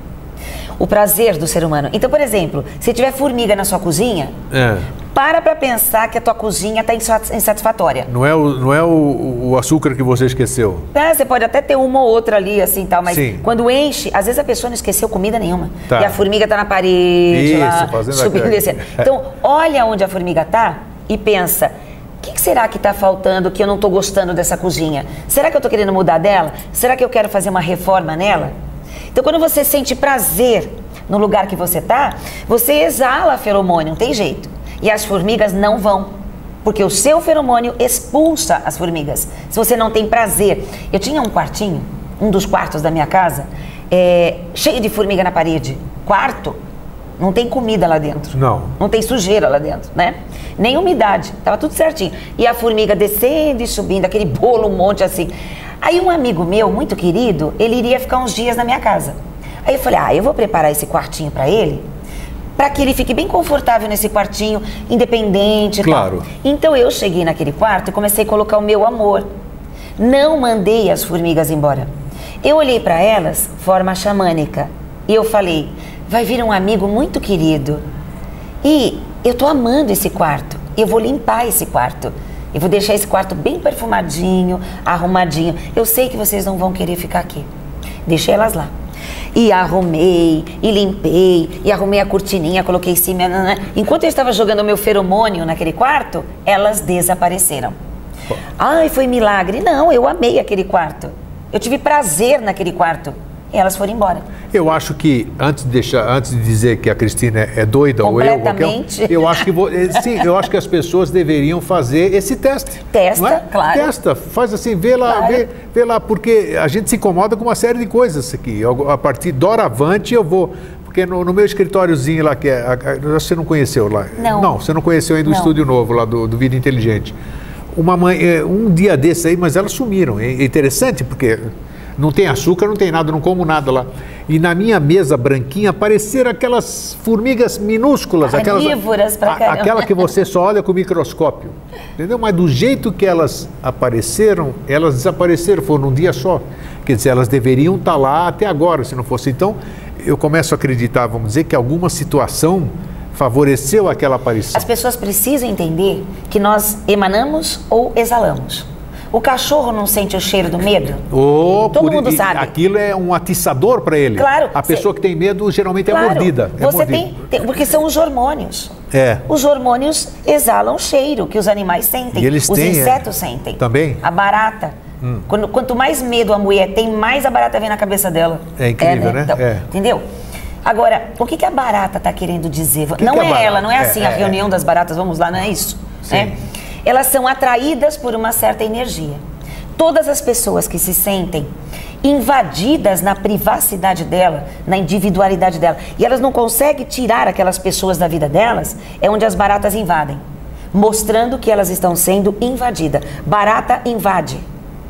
O prazer do ser humano. Então, por exemplo, se tiver formiga na sua cozinha, É. para para pensar que a tua cozinha está insatisfatória. Não é, o, não é o, o açúcar que você esqueceu. É, você pode até ter uma ou outra ali, assim, tal, mas Sim. quando enche, às vezes a pessoa não esqueceu comida nenhuma. Tá. E a formiga tá na parede, Isso, lá, fazendo subindo e aquela- descendo. Então, olha onde a formiga tá e pensa, o que, que será que está faltando que eu não estou gostando dessa cozinha? Será que eu estou querendo mudar dela? Será que eu quero fazer uma reforma nela? Então, quando você sente prazer no lugar que você tá, você exala feromônio, não tem jeito. E as formigas não vão. Porque o seu feromônio expulsa as formigas. Se você não tem prazer. Eu tinha um quartinho, um dos quartos da minha casa, é, cheio de formiga na parede. Quarto, não tem comida lá dentro. Não. Não tem sujeira lá dentro, né? Nem umidade, tava tudo certinho. E a formiga descendo e subindo, aquele bolo, um monte assim. Aí um amigo meu, muito querido, ele iria ficar uns dias na minha casa. Aí eu falei, ah, eu vou preparar esse quartinho para ele, para que ele fique bem confortável nesse quartinho, independente e Claro. tal. Então eu cheguei naquele quarto e comecei a colocar o meu amor. Não mandei as formigas embora. Eu olhei para elas, forma xamânica, e eu falei, vai vir um amigo muito querido. E eu tô amando esse quarto. Eu vou limpar esse quarto. Eu vou deixar esse quarto bem perfumadinho, arrumadinho. Eu sei que vocês não vão querer ficar aqui. Deixei elas lá. E arrumei, e limpei, e arrumei a cortininha, coloquei em cima. Nanana. Enquanto eu estava jogando o meu feromônio naquele quarto, elas desapareceram. Ai, foi milagre. Não, eu amei aquele quarto. Eu tive prazer naquele quarto. e elas foram embora. Eu acho que, antes de, deixar, antes de dizer que a Cristina é doida ou eu, qualquer um, eu acho que vou, sim, eu acho que as pessoas deveriam fazer esse teste. Testa, não é? claro. Testa, faz assim, vê lá, Claro. vê, vê lá, porque a gente se incomoda com uma série de coisas aqui. Eu, a partir de doravante eu vou... Porque no, no meu escritóriozinho lá, que é, a, a, você não conheceu lá? Não. Não, você não conheceu ainda o Não. estúdio novo lá do, do Vida Inteligente. Uma mãe, é, um dia desse aí, mas elas sumiram. É interessante porque não tem açúcar, não tem nada, não como nada lá. E na minha mesa branquinha apareceram aquelas formigas minúsculas. Carnívoras pra aquelas, a, caramba. aquela que você só olha com o microscópio. Entendeu? Mas do jeito que elas apareceram, elas desapareceram, foram num dia só. Quer dizer, elas deveriam estar lá até agora, se não fosse. Então, eu começo a acreditar, vamos dizer, que alguma situação favoreceu aquela aparição. As pessoas precisam entender que nós emanamos ou exalamos. O cachorro não sente o cheiro do medo? Oh, Todo por, mundo e, sabe. Aquilo é um atiçador para ele. Claro. A pessoa cê, que tem medo geralmente claro, é mordida. É Você mordida. tem, tem, porque são os hormônios. É. Os hormônios exalam o cheiro que os animais sentem. E eles os têm, insetos é. sentem. Também? A barata. Hum. Quando, quanto mais medo a mulher tem, mais a barata vem na cabeça dela. É incrível, é, né? né? Então, é. Entendeu? Agora, o que, que a barata está querendo dizer? Que não que é, é ela, não é, é assim, é, a reunião é. das baratas, vamos lá, não é isso. Sim. Né? Elas são atraídas por uma certa energia. Todas as pessoas que se sentem invadidas na privacidade dela, na individualidade dela, e elas não conseguem tirar aquelas pessoas da vida delas, é onde as baratas invadem, mostrando que elas estão sendo invadidas. Barata invade.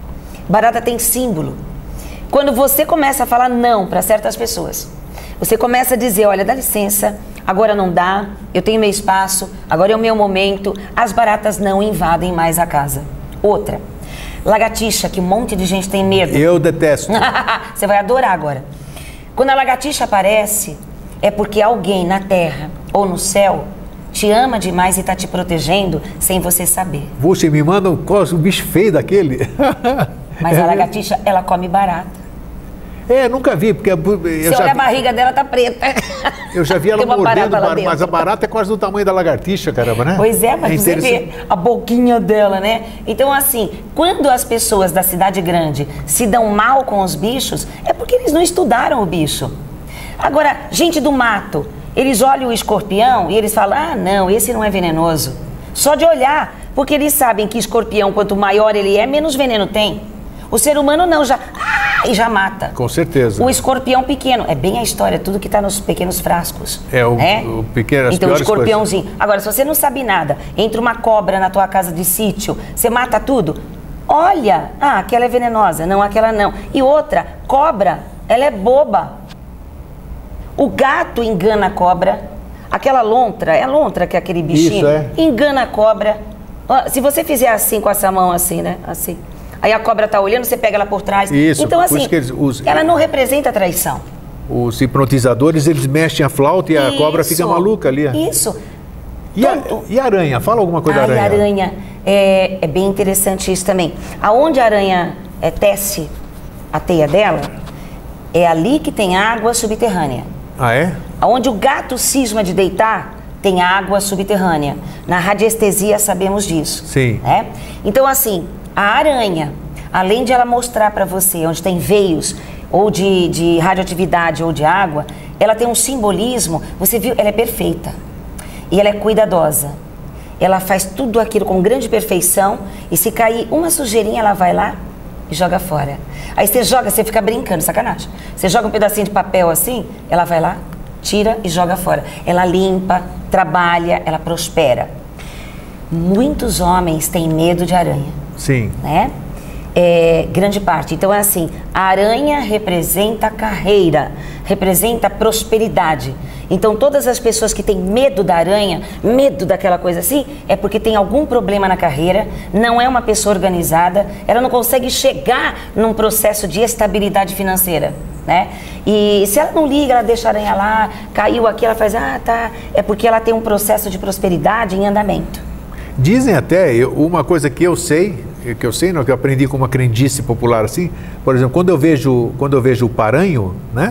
Barata tem símbolo. Quando você começa a falar não para certas pessoas, você começa a dizer, olha, dá licença, agora não dá, eu tenho meu espaço, agora é o meu momento, as baratas não invadem mais a casa. Outra, lagartixa, que um monte de gente tem medo. Eu detesto. Você vai adorar agora. Quando a lagartixa aparece, é porque alguém na terra ou no céu te ama demais e está te protegendo sem você saber. Você me manda um, um bicho feio daquele. Mas a lagartixa, ela come barata. É, nunca vi, porque eu Você já olha vi, a barriga dela, tá preta. eu já vi ela Tem uma mordendo, barata lá bar, mas dentro. a barata é quase do tamanho da lagartixa, caramba, né? Pois é, mas você interessante. vê a boquinha dela, né? Então, assim, quando as pessoas da cidade grande se dão mal com os bichos, é porque eles não estudaram o bicho. Agora, gente do mato, eles olham o escorpião e eles falam, ah, não, esse não é venenoso. Só de olhar, porque eles sabem que escorpião, quanto maior ele é, menos veneno tem. O ser humano não, já... Ah, e já mata. Com certeza. O escorpião pequeno, é bem a história, tudo que está nos pequenos frascos. É, o, é? o pequeno, as Então, o piores escorpiãozinho. Agora, se você não sabe nada, entra uma cobra na tua casa de sítio, você mata tudo? Olha, ah, aquela é venenosa, não, aquela não. E outra, cobra, ela é boba. O gato engana a cobra, aquela lontra, é a lontra que é aquele bichinho, Isso, é. engana a cobra. Ó, se você fizer assim com essa mão assim, né, assim... Aí a cobra tá olhando, você pega ela por trás. Isso, então, por assim, isso que eles usam- ela não representa traição. Os hipnotizadores, eles mexem a flauta e a Isso, cobra fica maluca ali. Isso. E a, Tanto- e a aranha? Fala alguma coisa Ai, da aranha. aranha. É, é bem interessante isso também. Aonde a aranha é, tece a teia dela, é ali que tem água subterrânea. Ah, é? Aonde o gato cisma de deitar, tem água subterrânea. Na radiestesia sabemos disso. Sim. Né? Então, assim, a aranha, além de ela mostrar para você onde tem veios, ou de, de radioatividade ou de água, ela tem um simbolismo, você viu, ela é perfeita. E ela é cuidadosa. Ela faz tudo aquilo com grande perfeição, e se cair uma sujeirinha, ela vai lá e joga fora. Aí você joga, você fica brincando, sacanagem. Você joga um pedacinho de papel assim, ela vai lá, tira e joga fora. Ela limpa, trabalha, ela prospera. Muitos homens têm medo de aranha, Sim. né? É, grande parte. Então é assim, a aranha representa carreira, representa prosperidade. Então todas as pessoas que têm medo da aranha, medo daquela coisa assim, é porque tem algum problema na carreira, não é uma pessoa organizada, ela não consegue chegar num processo de estabilidade financeira, né? E se ela não liga, ela deixa a aranha lá, caiu aqui, ela faz, ah, tá, é porque ela tem um processo de prosperidade em andamento. Dizem até, eu- uma coisa que eu sei, que eu sei, não, que eu aprendi com uma crendice popular assim, por exemplo, quando eu vejo, quando eu vejo o paranho, né?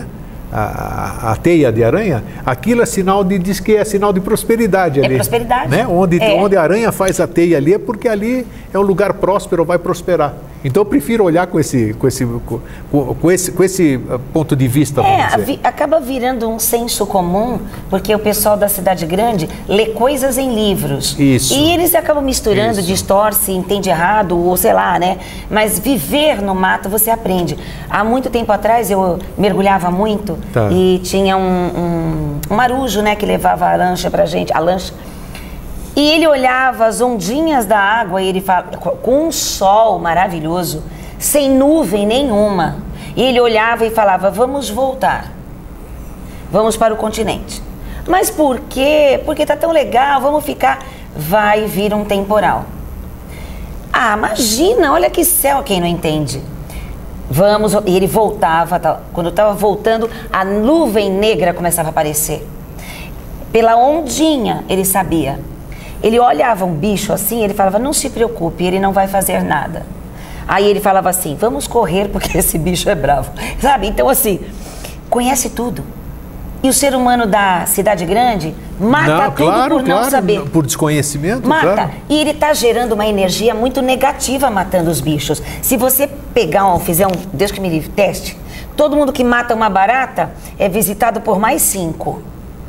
a, a teia de aranha, aquilo é sinal de, diz que é sinal de prosperidade ali. É prosperidade. Né? Onde, é. onde a aranha faz a teia ali é porque ali é um lugar próspero, vai prosperar. Então eu prefiro olhar com esse, com esse, com, com esse, com esse ponto de vista, vamos É, dizer. vi, acaba virando um senso comum, porque o pessoal da cidade grande lê coisas em livros. Isso. E eles acabam misturando, Isso. distorce, entende errado, ou sei lá, né? Mas viver no mato você aprende. Há muito tempo atrás eu mergulhava muito Tá. e tinha um, um, um marujo, né, que levava a lancha pra gente, a lancha. E ele olhava as ondinhas da água e ele falava, com um sol maravilhoso, sem nuvem nenhuma. E ele olhava e falava, vamos voltar. Vamos para o continente. Mas por quê? Porque tá tão legal, vamos ficar. Vai vir um temporal. Ah, imagina, olha que céu, quem não entende. Vamos, e ele voltava, tá, quando estava voltando, a nuvem negra começava a aparecer. Pela ondinha, ele sabia. Ele olhava um bicho assim, ele falava, não se preocupe, ele não vai fazer nada. Aí ele falava assim, vamos correr porque esse bicho é bravo. Sabe? Então assim, conhece tudo. E o ser humano da cidade grande mata Não, tudo claro, por não claro, saber. por desconhecimento, Mata. claro. E ele está gerando uma energia muito negativa matando os bichos. Se você pegar um, fizer um, Deus que me livre, teste, todo mundo que mata uma barata é visitado por mais cinco.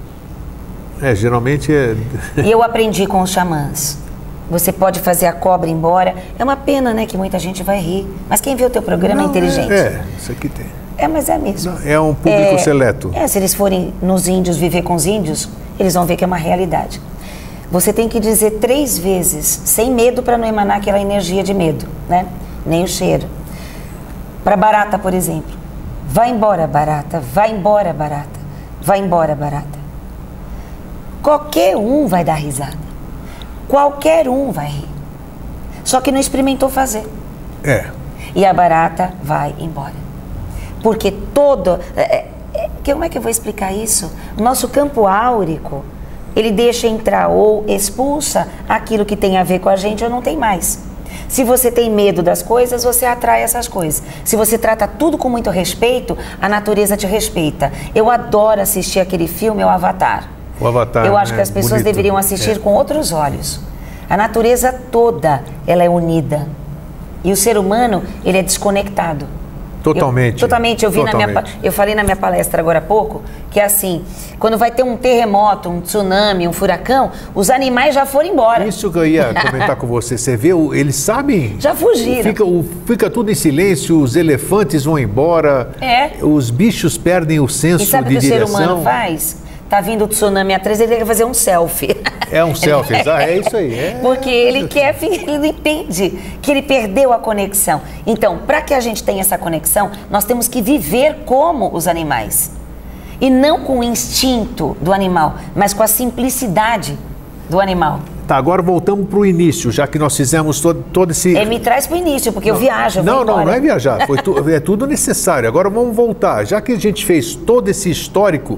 É, geralmente é... E eu aprendi com os xamãs. Você pode fazer a cobra embora. É uma pena, né, que muita gente vai rir. Mas quem vê o teu programa Não, é inteligente. É, é, isso aqui tem. É, mas é mesmo. Não, é um público é, seleto. É, se eles forem nos índios, viver com os índios, eles vão ver que é uma realidade. Você tem que dizer três vezes, sem medo, para não emanar aquela energia de medo, né? Nem o cheiro. Para barata, por exemplo. Vai embora, barata. Vai embora, barata. Vai embora, barata. Qualquer um vai dar risada. Qualquer um vai rir. Só que não experimentou fazer. É. E a barata vai embora. Porque todo... É, é, como é que eu vou explicar isso? O nosso campo áurico, ele deixa entrar ou expulsa aquilo que tem a ver com a gente ou não tem mais. Se você tem medo das coisas, você atrai essas coisas. Se você trata tudo com muito respeito, a natureza te respeita. Eu adoro assistir aquele filme, o Avatar. O Avatar, Eu acho né? que as pessoas Bonito. deveriam assistir É. com outros olhos. A natureza toda, ela é unida. E o ser humano, ele é desconectado. Totalmente. Eu, totalmente. Eu vi Totalmente. na minha, eu falei na minha palestra agora há pouco que é assim, quando vai ter um terremoto, um tsunami, um furacão, os animais já foram embora. Isso que eu ia comentar com você. Você vê, o- eles sabem. Já fugiram. Fica, o- fica tudo em silêncio, os elefantes vão embora. É. Os bichos perdem o senso E sabe de o que o ser direção. humano faz? Tá vindo o tsunami atrás, ele quer fazer um selfie. É um selfie, ah, é isso aí. É. Porque ele quer, ele não entende que ele perdeu a conexão. Então, para que a gente tenha essa conexão, nós temos que viver como os animais. E não com o instinto do animal, mas com a simplicidade do animal. Tá, agora voltamos para o início, já que nós fizemos todo, todo esse... Ele me traz para o início, porque eu viajo, eu vou Não, não, embora. não é viajar, foi tu- é tudo necessário. Agora vamos voltar. Já que a gente fez todo esse histórico,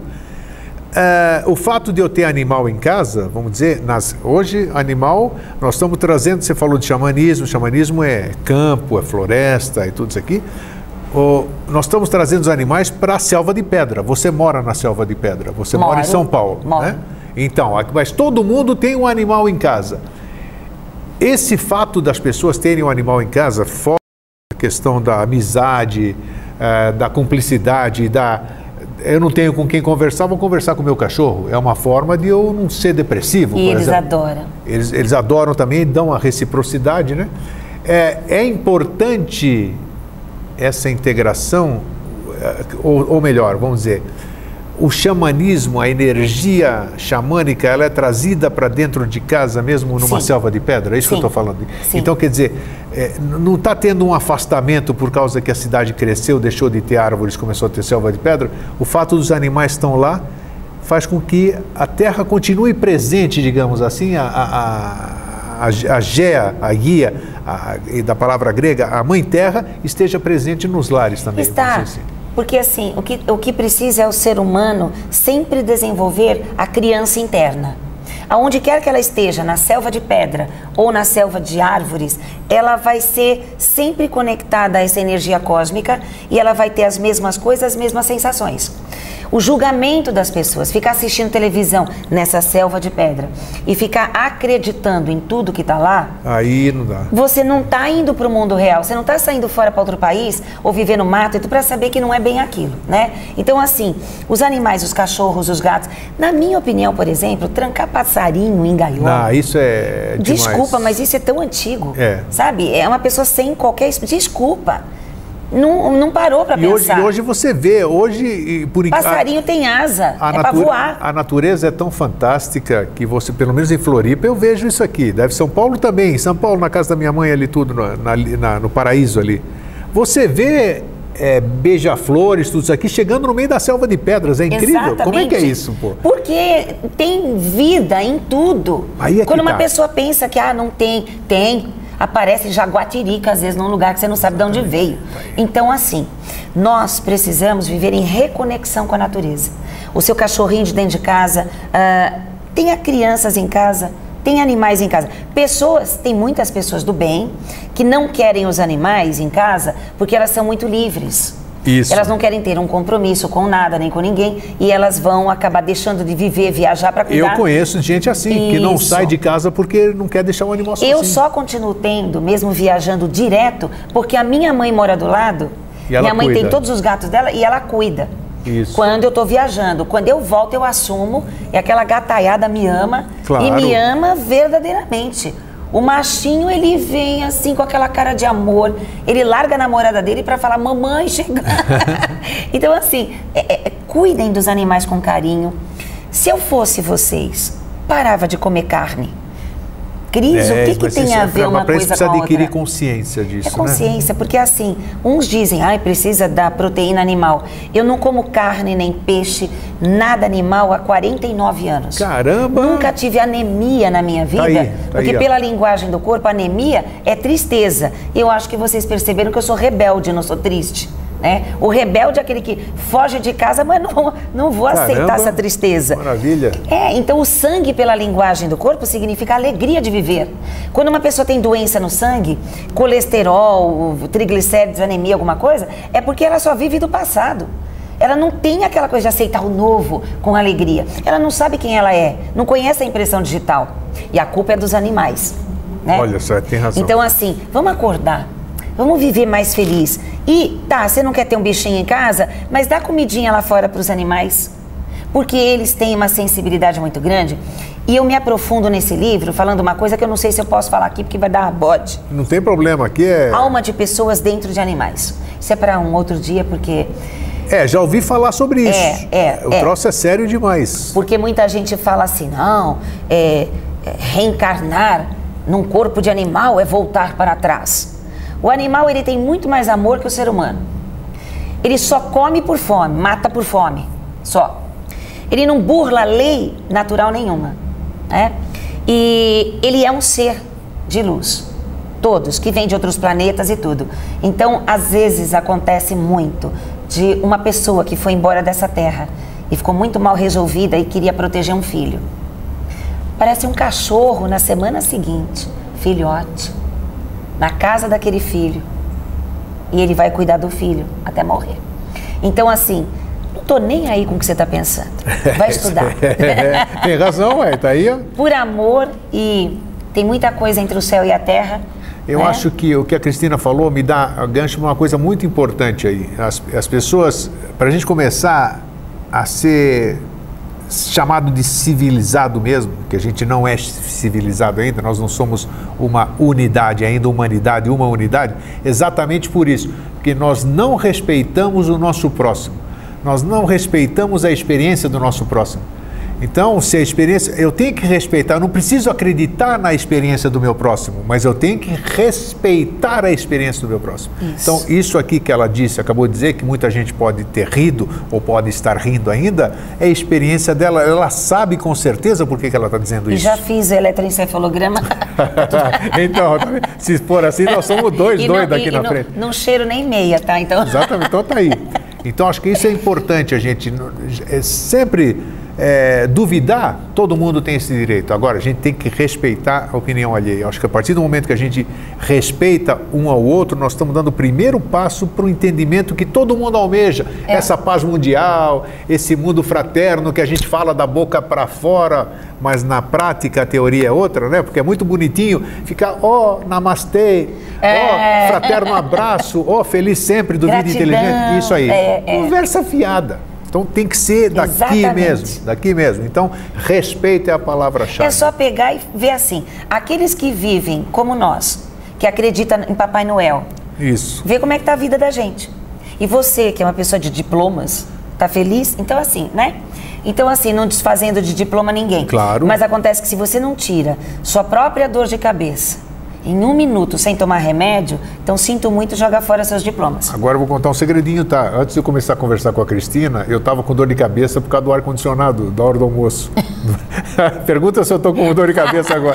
é, o fato de eu ter animal em casa, vamos dizer, nas, hoje animal, nós estamos trazendo, você falou de xamanismo, xamanismo é campo, é floresta e tudo isso aqui. O, nós estamos trazendo os animais para a selva de pedra. Você mora na selva de pedra, você Moro, mora em São Paulo, moro. né? Então, aqui- mas todo mundo tem um animal em casa. Esse fato das pessoas terem um animal em casa, fora a questão da amizade, eh, da cumplicidade, da eu não tenho com quem conversar, vou conversar com o meu cachorro. É uma forma de eu não ser depressivo. E por eles exemplo. adoram. Eles, eles adoram também, dão a reciprocidade, né? É, é importante essa integração, eh, ou, ou melhor, vamos dizer, o xamanismo, a energia xamânica, ela é trazida para dentro de casa mesmo numa Sim. selva de pedra? É isso Sim. que eu estou falando. Sim. Então, quer dizer, é, não está tendo um afastamento por causa que a cidade cresceu, deixou de ter árvores, começou a ter selva de pedra. O fato dos animais estão lá faz com que a terra continue presente, digamos assim, a, a, a, a, a Gea, a guia, a, e da palavra grega, a mãe terra, esteja presente nos lares também. Está. vamos dizer assim. Porque assim, o que, o que precisa é o ser humano sempre desenvolver a criança interna. Aonde quer que ela esteja, na selva de pedra ou na selva de árvores, ela vai ser sempre conectada a essa energia cósmica e ela vai ter as mesmas coisas, as mesmas sensações. O julgamento das pessoas, ficar assistindo televisão nessa selva de pedra e ficar acreditando em tudo que está lá, aí não dá. Você não está indo para o mundo real, você não está saindo fora para outro país ou viver no mato para saber que não é bem aquilo, né? Então, assim, os animais, os cachorros, os gatos, na minha opinião, por exemplo, trancar passarinho em gaiola. Não, isso é demais. Desculpa, mas isso é tão antigo, é. sabe? É uma pessoa sem qualquer... Desculpa. Não, não parou para pensar. Hoje, hoje você vê, hoje... Por... Passarinho a, tem asa, é para voar. A natureza é tão fantástica que você, pelo menos em Floripa, eu vejo isso aqui. Deve São Paulo também. São Paulo, na casa da minha mãe ali, tudo, na, na, no paraíso ali. Você vê é, beija-flores, tudo isso aqui, chegando no meio da selva de pedras. É incrível. Exatamente. Como é que é isso, pô? Porque tem vida em tudo. Aí é que Quando uma tá. pessoa pensa que, ah, não tem, tem... Aparece jaguatirica, às vezes, num lugar que você não sabe de onde veio. Então, assim, nós precisamos viver em reconexão com a natureza. O seu cachorrinho de dentro de casa, uh, tenha crianças em casa, tenha animais em casa. Pessoas, tem muitas pessoas do bem que não querem os animais em casa porque elas são muito livres. Isso. Elas não querem ter um compromisso com nada, nem com ninguém, e elas vão acabar deixando de viver, viajar para cuidar. Eu conheço gente assim, Isso. que não sai de casa porque não quer deixar o animal sozinho. Eu só continuo tendo, mesmo viajando direto, porque a minha mãe mora do lado, e ela minha mãe cuida. tem todos os gatos dela e ela cuida. Isso. Quando eu estou viajando, quando eu volto eu assumo, e aquela gataiada me ama, claro. E me ama verdadeiramente. O machinho, ele vem assim com aquela cara de amor, ele larga a namorada dele para falar, mamãe, chega. Então, assim, é, é, cuidem dos animais com carinho. Se eu fosse vocês, parava de comer carne. Cris, é, o que, que tem a ver uma coisa com a outra? Precisa adquirir consciência disso, É consciência, né? Porque assim, uns dizem, ai, precisa da proteína animal. Eu não como carne, nem peixe, nada animal há quarenta e nove anos. Caramba! Nunca tive anemia na minha vida, tá aí, tá porque aí, pela linguagem do corpo, anemia é tristeza. Eu acho que vocês perceberam que eu sou rebelde, não sou triste. Né? O rebelde é aquele que foge de casa, mas não, não vou Caramba, aceitar essa tristeza. Maravilha. É, então o sangue pela linguagem do corpo significa alegria de viver. Quando uma pessoa tem doença no sangue, colesterol, triglicéridos, anemia, alguma coisa, é porque ela só vive do passado. Ela não tem aquela coisa de aceitar o novo com alegria. Ela não sabe quem ela é, não conhece a impressão digital. E a culpa é dos animais. Né? Olha só, tem razão. Então assim, vamos acordar. Vamos viver mais feliz. E, tá, você não quer ter um bichinho em casa, mas dá comidinha lá fora para os animais. Porque eles têm uma sensibilidade muito grande. E eu me aprofundo nesse livro falando uma coisa que eu não sei se eu posso falar aqui, porque vai dar bode. Não tem problema, aqui é... Alma de pessoas dentro de animais. Isso é para um outro dia, porque... É, já ouvi falar sobre isso. É, é, o é. troço é sério demais. Porque muita gente fala assim, não, é, é, reencarnar num corpo de animal é voltar para trás. O animal, ele tem muito mais amor que o ser humano. Ele só come por fome, mata por fome, só. Ele não burla lei natural nenhuma, né? E ele é um ser de luz, todos, que vêm de outros planetas e tudo. Então, às vezes, acontece muito de uma pessoa que foi embora dessa terra e ficou muito mal resolvida e queria proteger um filho. Parece um cachorro na semana seguinte, filhote, na casa daquele filho, e ele vai cuidar do filho até morrer. Então, assim, não tô nem aí com o que você está pensando. Vai estudar. É, tem razão, ué, tá aí, ó. Por amor, e tem muita coisa entre o céu e a terra. Eu né? acho que o que a Cristina falou me dá gancho para uma coisa muito importante aí. As, as pessoas, para a gente começar a ser chamado de civilizado mesmo, que a gente não é civilizado ainda, nós não somos uma unidade ainda, humanidade, uma unidade, exatamente por isso, porque nós não respeitamos o nosso próximo, nós não respeitamos a experiência do nosso próximo. Então, se a experiência, eu tenho que respeitar, eu não preciso acreditar na experiência do meu próximo, mas eu tenho que respeitar a experiência do meu próximo. Isso. Então, isso aqui que ela disse, acabou de dizer, que muita gente pode ter rido ou pode estar rindo ainda, é a experiência dela, ela sabe com certeza por que, que ela está dizendo e isso. E já fiz o eletroencefalograma. Então, se for assim, nós somos dois doidos aqui e, na e frente. Não cheiro nem meia, tá? Então... Exatamente, então tá aí. Então, acho que isso é importante, a gente é sempre... é, duvidar, todo mundo tem esse direito. Agora, a gente tem que respeitar a opinião alheia. Acho que a partir do momento que a gente respeita um ao outro, nós estamos dando o primeiro passo para o entendimento que todo mundo almeja. É. Essa paz mundial, esse mundo fraterno que a gente fala da boca para fora, mas na prática a teoria é outra, né? Porque é muito bonitinho ficar, ó, oh, namastê, ó, é. oh, fraterno abraço, ó, oh, feliz sempre, do vida inteligente. Isso aí. É, é. Conversa fiada. Então tem que ser daqui Exatamente. mesmo, daqui mesmo. Então, respeito é a palavra-chave. É só pegar e ver assim, aqueles que vivem como nós, que acreditam em Papai Noel, isso. Vê como é que tá a vida da gente. E você, que é uma pessoa de diplomas, tá feliz? Então assim, né? Então assim, não desfazendo de diploma ninguém. Claro. Mas acontece que se você não tira sua própria dor de cabeça em um minuto sem tomar remédio, então sinto muito, joga fora seus diplomas. Agora eu vou contar um segredinho, tá? Antes de eu começar a conversar com a Cristina, eu tava com dor de cabeça por causa do ar-condicionado, da hora do almoço. Pergunta se eu tô com dor de cabeça agora.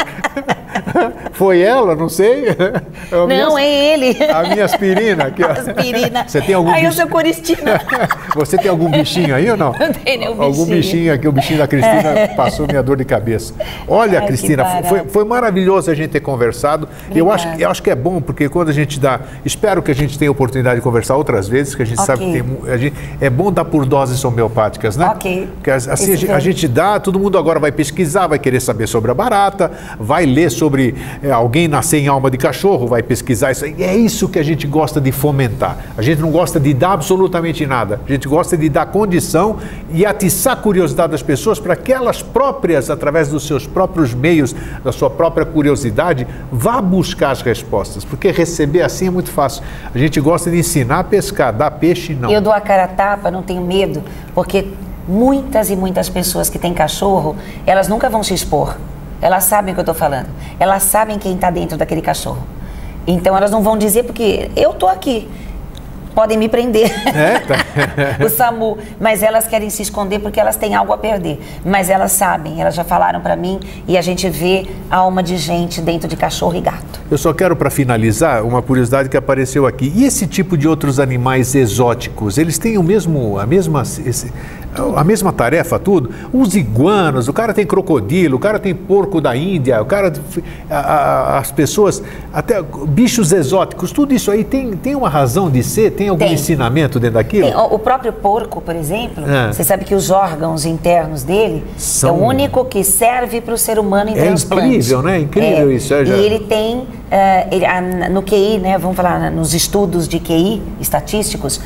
Foi ela? Não sei. Não, minha, é ele. A minha aspirina. Aqui, ó. Aspirina. Você tem algum aí bicho... eu sou coristina. Você tem algum bichinho aí ou não? Não tem nenhum bichinho. Algum bichinho aqui, o bichinho da Cristina passou minha dor de cabeça. Olha, Ai, Cristina, foi, foi maravilhoso a gente ter conversado. Eu acho, eu acho que é bom, porque quando a gente dá... Espero que a gente tenha a oportunidade de conversar outras vezes, que a gente okay. sabe que tem, a gente, é bom dar por doses homeopáticas, né? Ok. Porque assim a gente, a gente dá, todo mundo agora vai pesquisar, vai querer saber sobre a barata, vai ler sobre é, alguém nascer em alma de cachorro, vai pesquisar isso. E é isso que a gente gosta de fomentar. A gente não gosta de dar absolutamente nada. A gente gosta de dar condição e atiçar a curiosidade das pessoas para que elas próprias, através dos seus próprios meios, da sua própria curiosidade, vá buscar as respostas. Porque receber assim é muito fácil. A gente gosta de ensinar a pescar, dar peixe não. Eu dou a cara a tapa, não tenho medo, porque muitas e muitas pessoas que têm cachorro, elas nunca vão se expor. Elas sabem o que eu estou falando. Elas sabem quem está dentro daquele cachorro. Então elas não vão dizer porque eu estou aqui. Podem me prender, é, tá. o SAMU, mas elas querem se esconder porque elas têm algo a perder. Mas elas sabem, elas já falaram para mim e a gente vê a alma de gente dentro de cachorro e gato. Eu só quero, para finalizar, uma curiosidade que apareceu aqui. E esse tipo de outros animais exóticos, eles têm o mesmo, a mesma, esse, a mesma tarefa, tudo? Os iguanas, o cara tem crocodilo, o cara tem porco da Índia, o cara, a, a, as pessoas, até bichos exóticos, tudo isso aí tem, tem uma razão de ser? Tem algum tem. ensinamento dentro daquilo? Tem. O próprio porco, por exemplo, é. você sabe que os órgãos internos dele São... é o único que serve para o ser humano em é transplante. É incrível, né? Incrível é. isso. É, já... E ele tem, uh, ele, uh, no Q I, né, vamos falar nos estudos de Q I estatísticos, uh,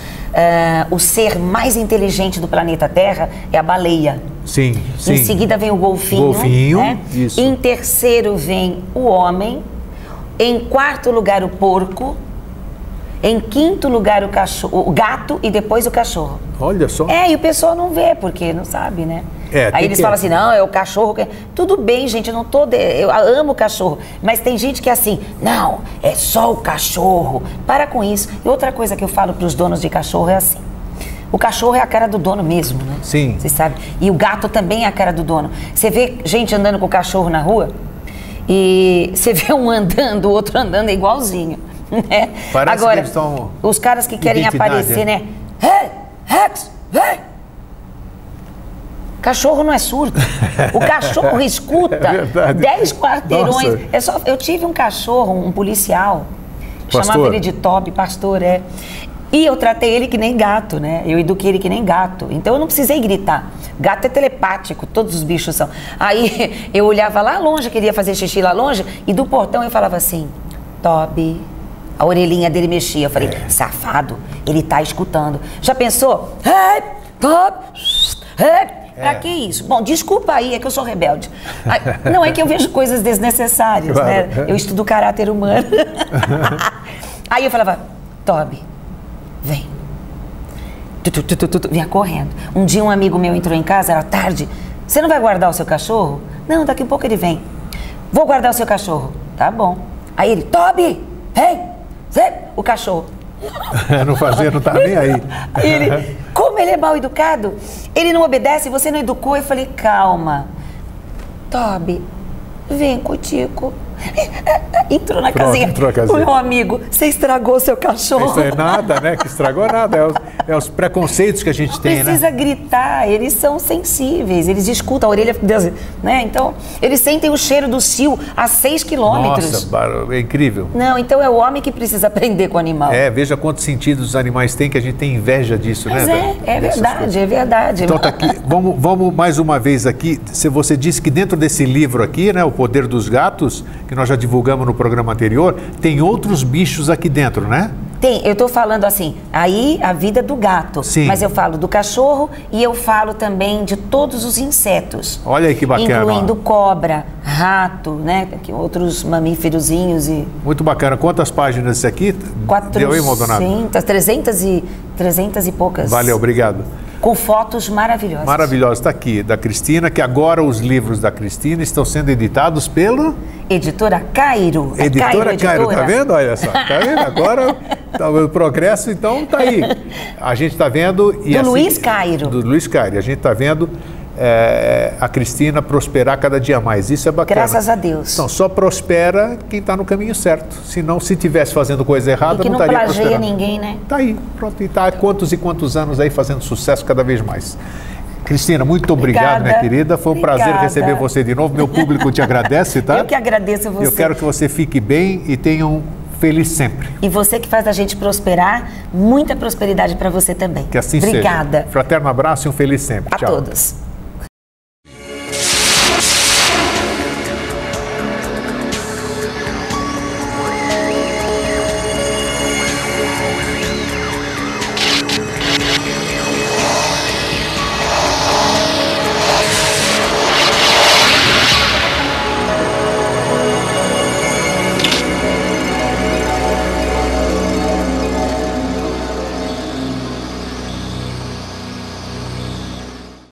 o ser mais inteligente do planeta Terra é a baleia. Sim, sim. Em seguida vem o golfinho. Golfinho, né? isso. Em terceiro vem o homem. Em quarto lugar o porco. Em quinto lugar o cachorro, o gato e depois o cachorro. Olha só. É, e o pessoal não vê, porque não sabe, né? É, Aí eles que... falam assim, não, é o cachorro que... Tudo bem, gente, eu não tô... De... Eu amo o cachorro. Mas tem gente que é assim, não, é só o cachorro. Para com isso. E outra coisa que eu falo para os donos de cachorro é assim. O cachorro é a cara do dono mesmo, né? Sim. Você sabe? E o gato também é a cara do dono. Você vê gente andando com o cachorro na rua e você vê um andando, o outro andando igualzinho. Né? Parece Agora, que eles estão os caras que querem aparecer, né? Hey, Rex, hey! Cachorro não é surdo. O cachorro escuta é dez quarteirões. Nossa. É só, eu tive um cachorro, um policial, pastor. Chamava ele de Toby, pastor, é. E eu tratei ele que nem gato, né? Eu eduquei ele que nem gato. Então eu não precisei gritar. Gato é telepático, todos os bichos são. Aí eu olhava lá longe, queria fazer xixi lá longe, e do portão eu falava assim, Toby. A orelhinha dele mexia. Eu falei, é. safado, ele tá escutando. Já pensou? Hey, Toby, hey. Pra que isso? Bom, desculpa aí, é que eu sou rebelde. Não, é que eu vejo coisas desnecessárias, claro. né? Eu estudo caráter humano. Aí eu falava, Toby, vem. Tu, tu, tu, tu, tu, tu. Vinha correndo. Um dia um amigo meu entrou em casa, era tarde. Você não vai guardar o seu cachorro? Não, daqui a pouco ele vem. Vou guardar o seu cachorro. Tá bom. Aí ele, Toby, vem. O cachorro. Não fazia, não tá nem aí. Ele, como ele é mal educado? Ele não obedece, você não educou. Eu falei, calma. Toby, vem, Cutico. Entrou na Pronto, casinha. entrou na casinha. O meu amigo, você estragou seu cachorro. Isso é nada, né? Que estragou nada. É os, é os preconceitos que a gente tem, Precisa né? gritar, eles são sensíveis, eles escutam a orelha, né? Então, eles sentem o cheiro do cio a seis quilômetros. Nossa, é incrível. Não, então é o homem que precisa aprender com o animal. É, veja quantos sentidos os animais têm que a gente tem inveja disso, Mas né? é, é verdade, é verdade. Então tá aqui, vamos, vamos mais uma vez aqui, se você disse que dentro desse livro aqui, né, O Poder dos Gatos, que nós já divulgamos no programa anterior, tem outros bichos aqui dentro, né? Tem, eu estou falando assim, aí a vida do gato, Sim. mas eu falo do cachorro e eu falo também de todos os insetos. Olha aí que bacana. Incluindo cobra, rato, né, que outros mamíferozinhos e... Muito bacana. Quantas páginas esse aqui? Deu aí, Maldonado? quatrocentas, trezentas e, trezentas e poucas. Valeu, obrigado. Com fotos maravilhosas. Maravilhosa, está aqui, da Cristina, que agora os livros da Cristina estão sendo editados pelo... Editora Cairo. A Editora Cairo, Editora. tá vendo? Olha só, tá vendo? Agora tá, o progresso, então, tá aí. A gente tá vendo... E Do assim, Luiz Cairo. Do Luiz Cairo. A gente tá vendo é, a Cristina prosperar cada dia mais. Isso é bacana. Graças a Deus. Então, só prospera quem está no caminho certo. Senão, se estivesse fazendo coisa errada, E que não não estaria plageia prosperando. ninguém, né? Tá aí, pronto. E tá há quantos e quantos anos aí fazendo sucesso cada vez mais. Cristina, muito obrigado, Obrigada. minha querida. Foi um Obrigada. prazer receber você de novo. Meu público te agradece, tá? Eu que agradeço você. Eu quero que você fique bem e tenha um feliz sempre. E você que faz a gente prosperar, muita prosperidade para você também. Que assim Obrigada. seja. Fraterno abraço e um feliz sempre. A Tchau. todos.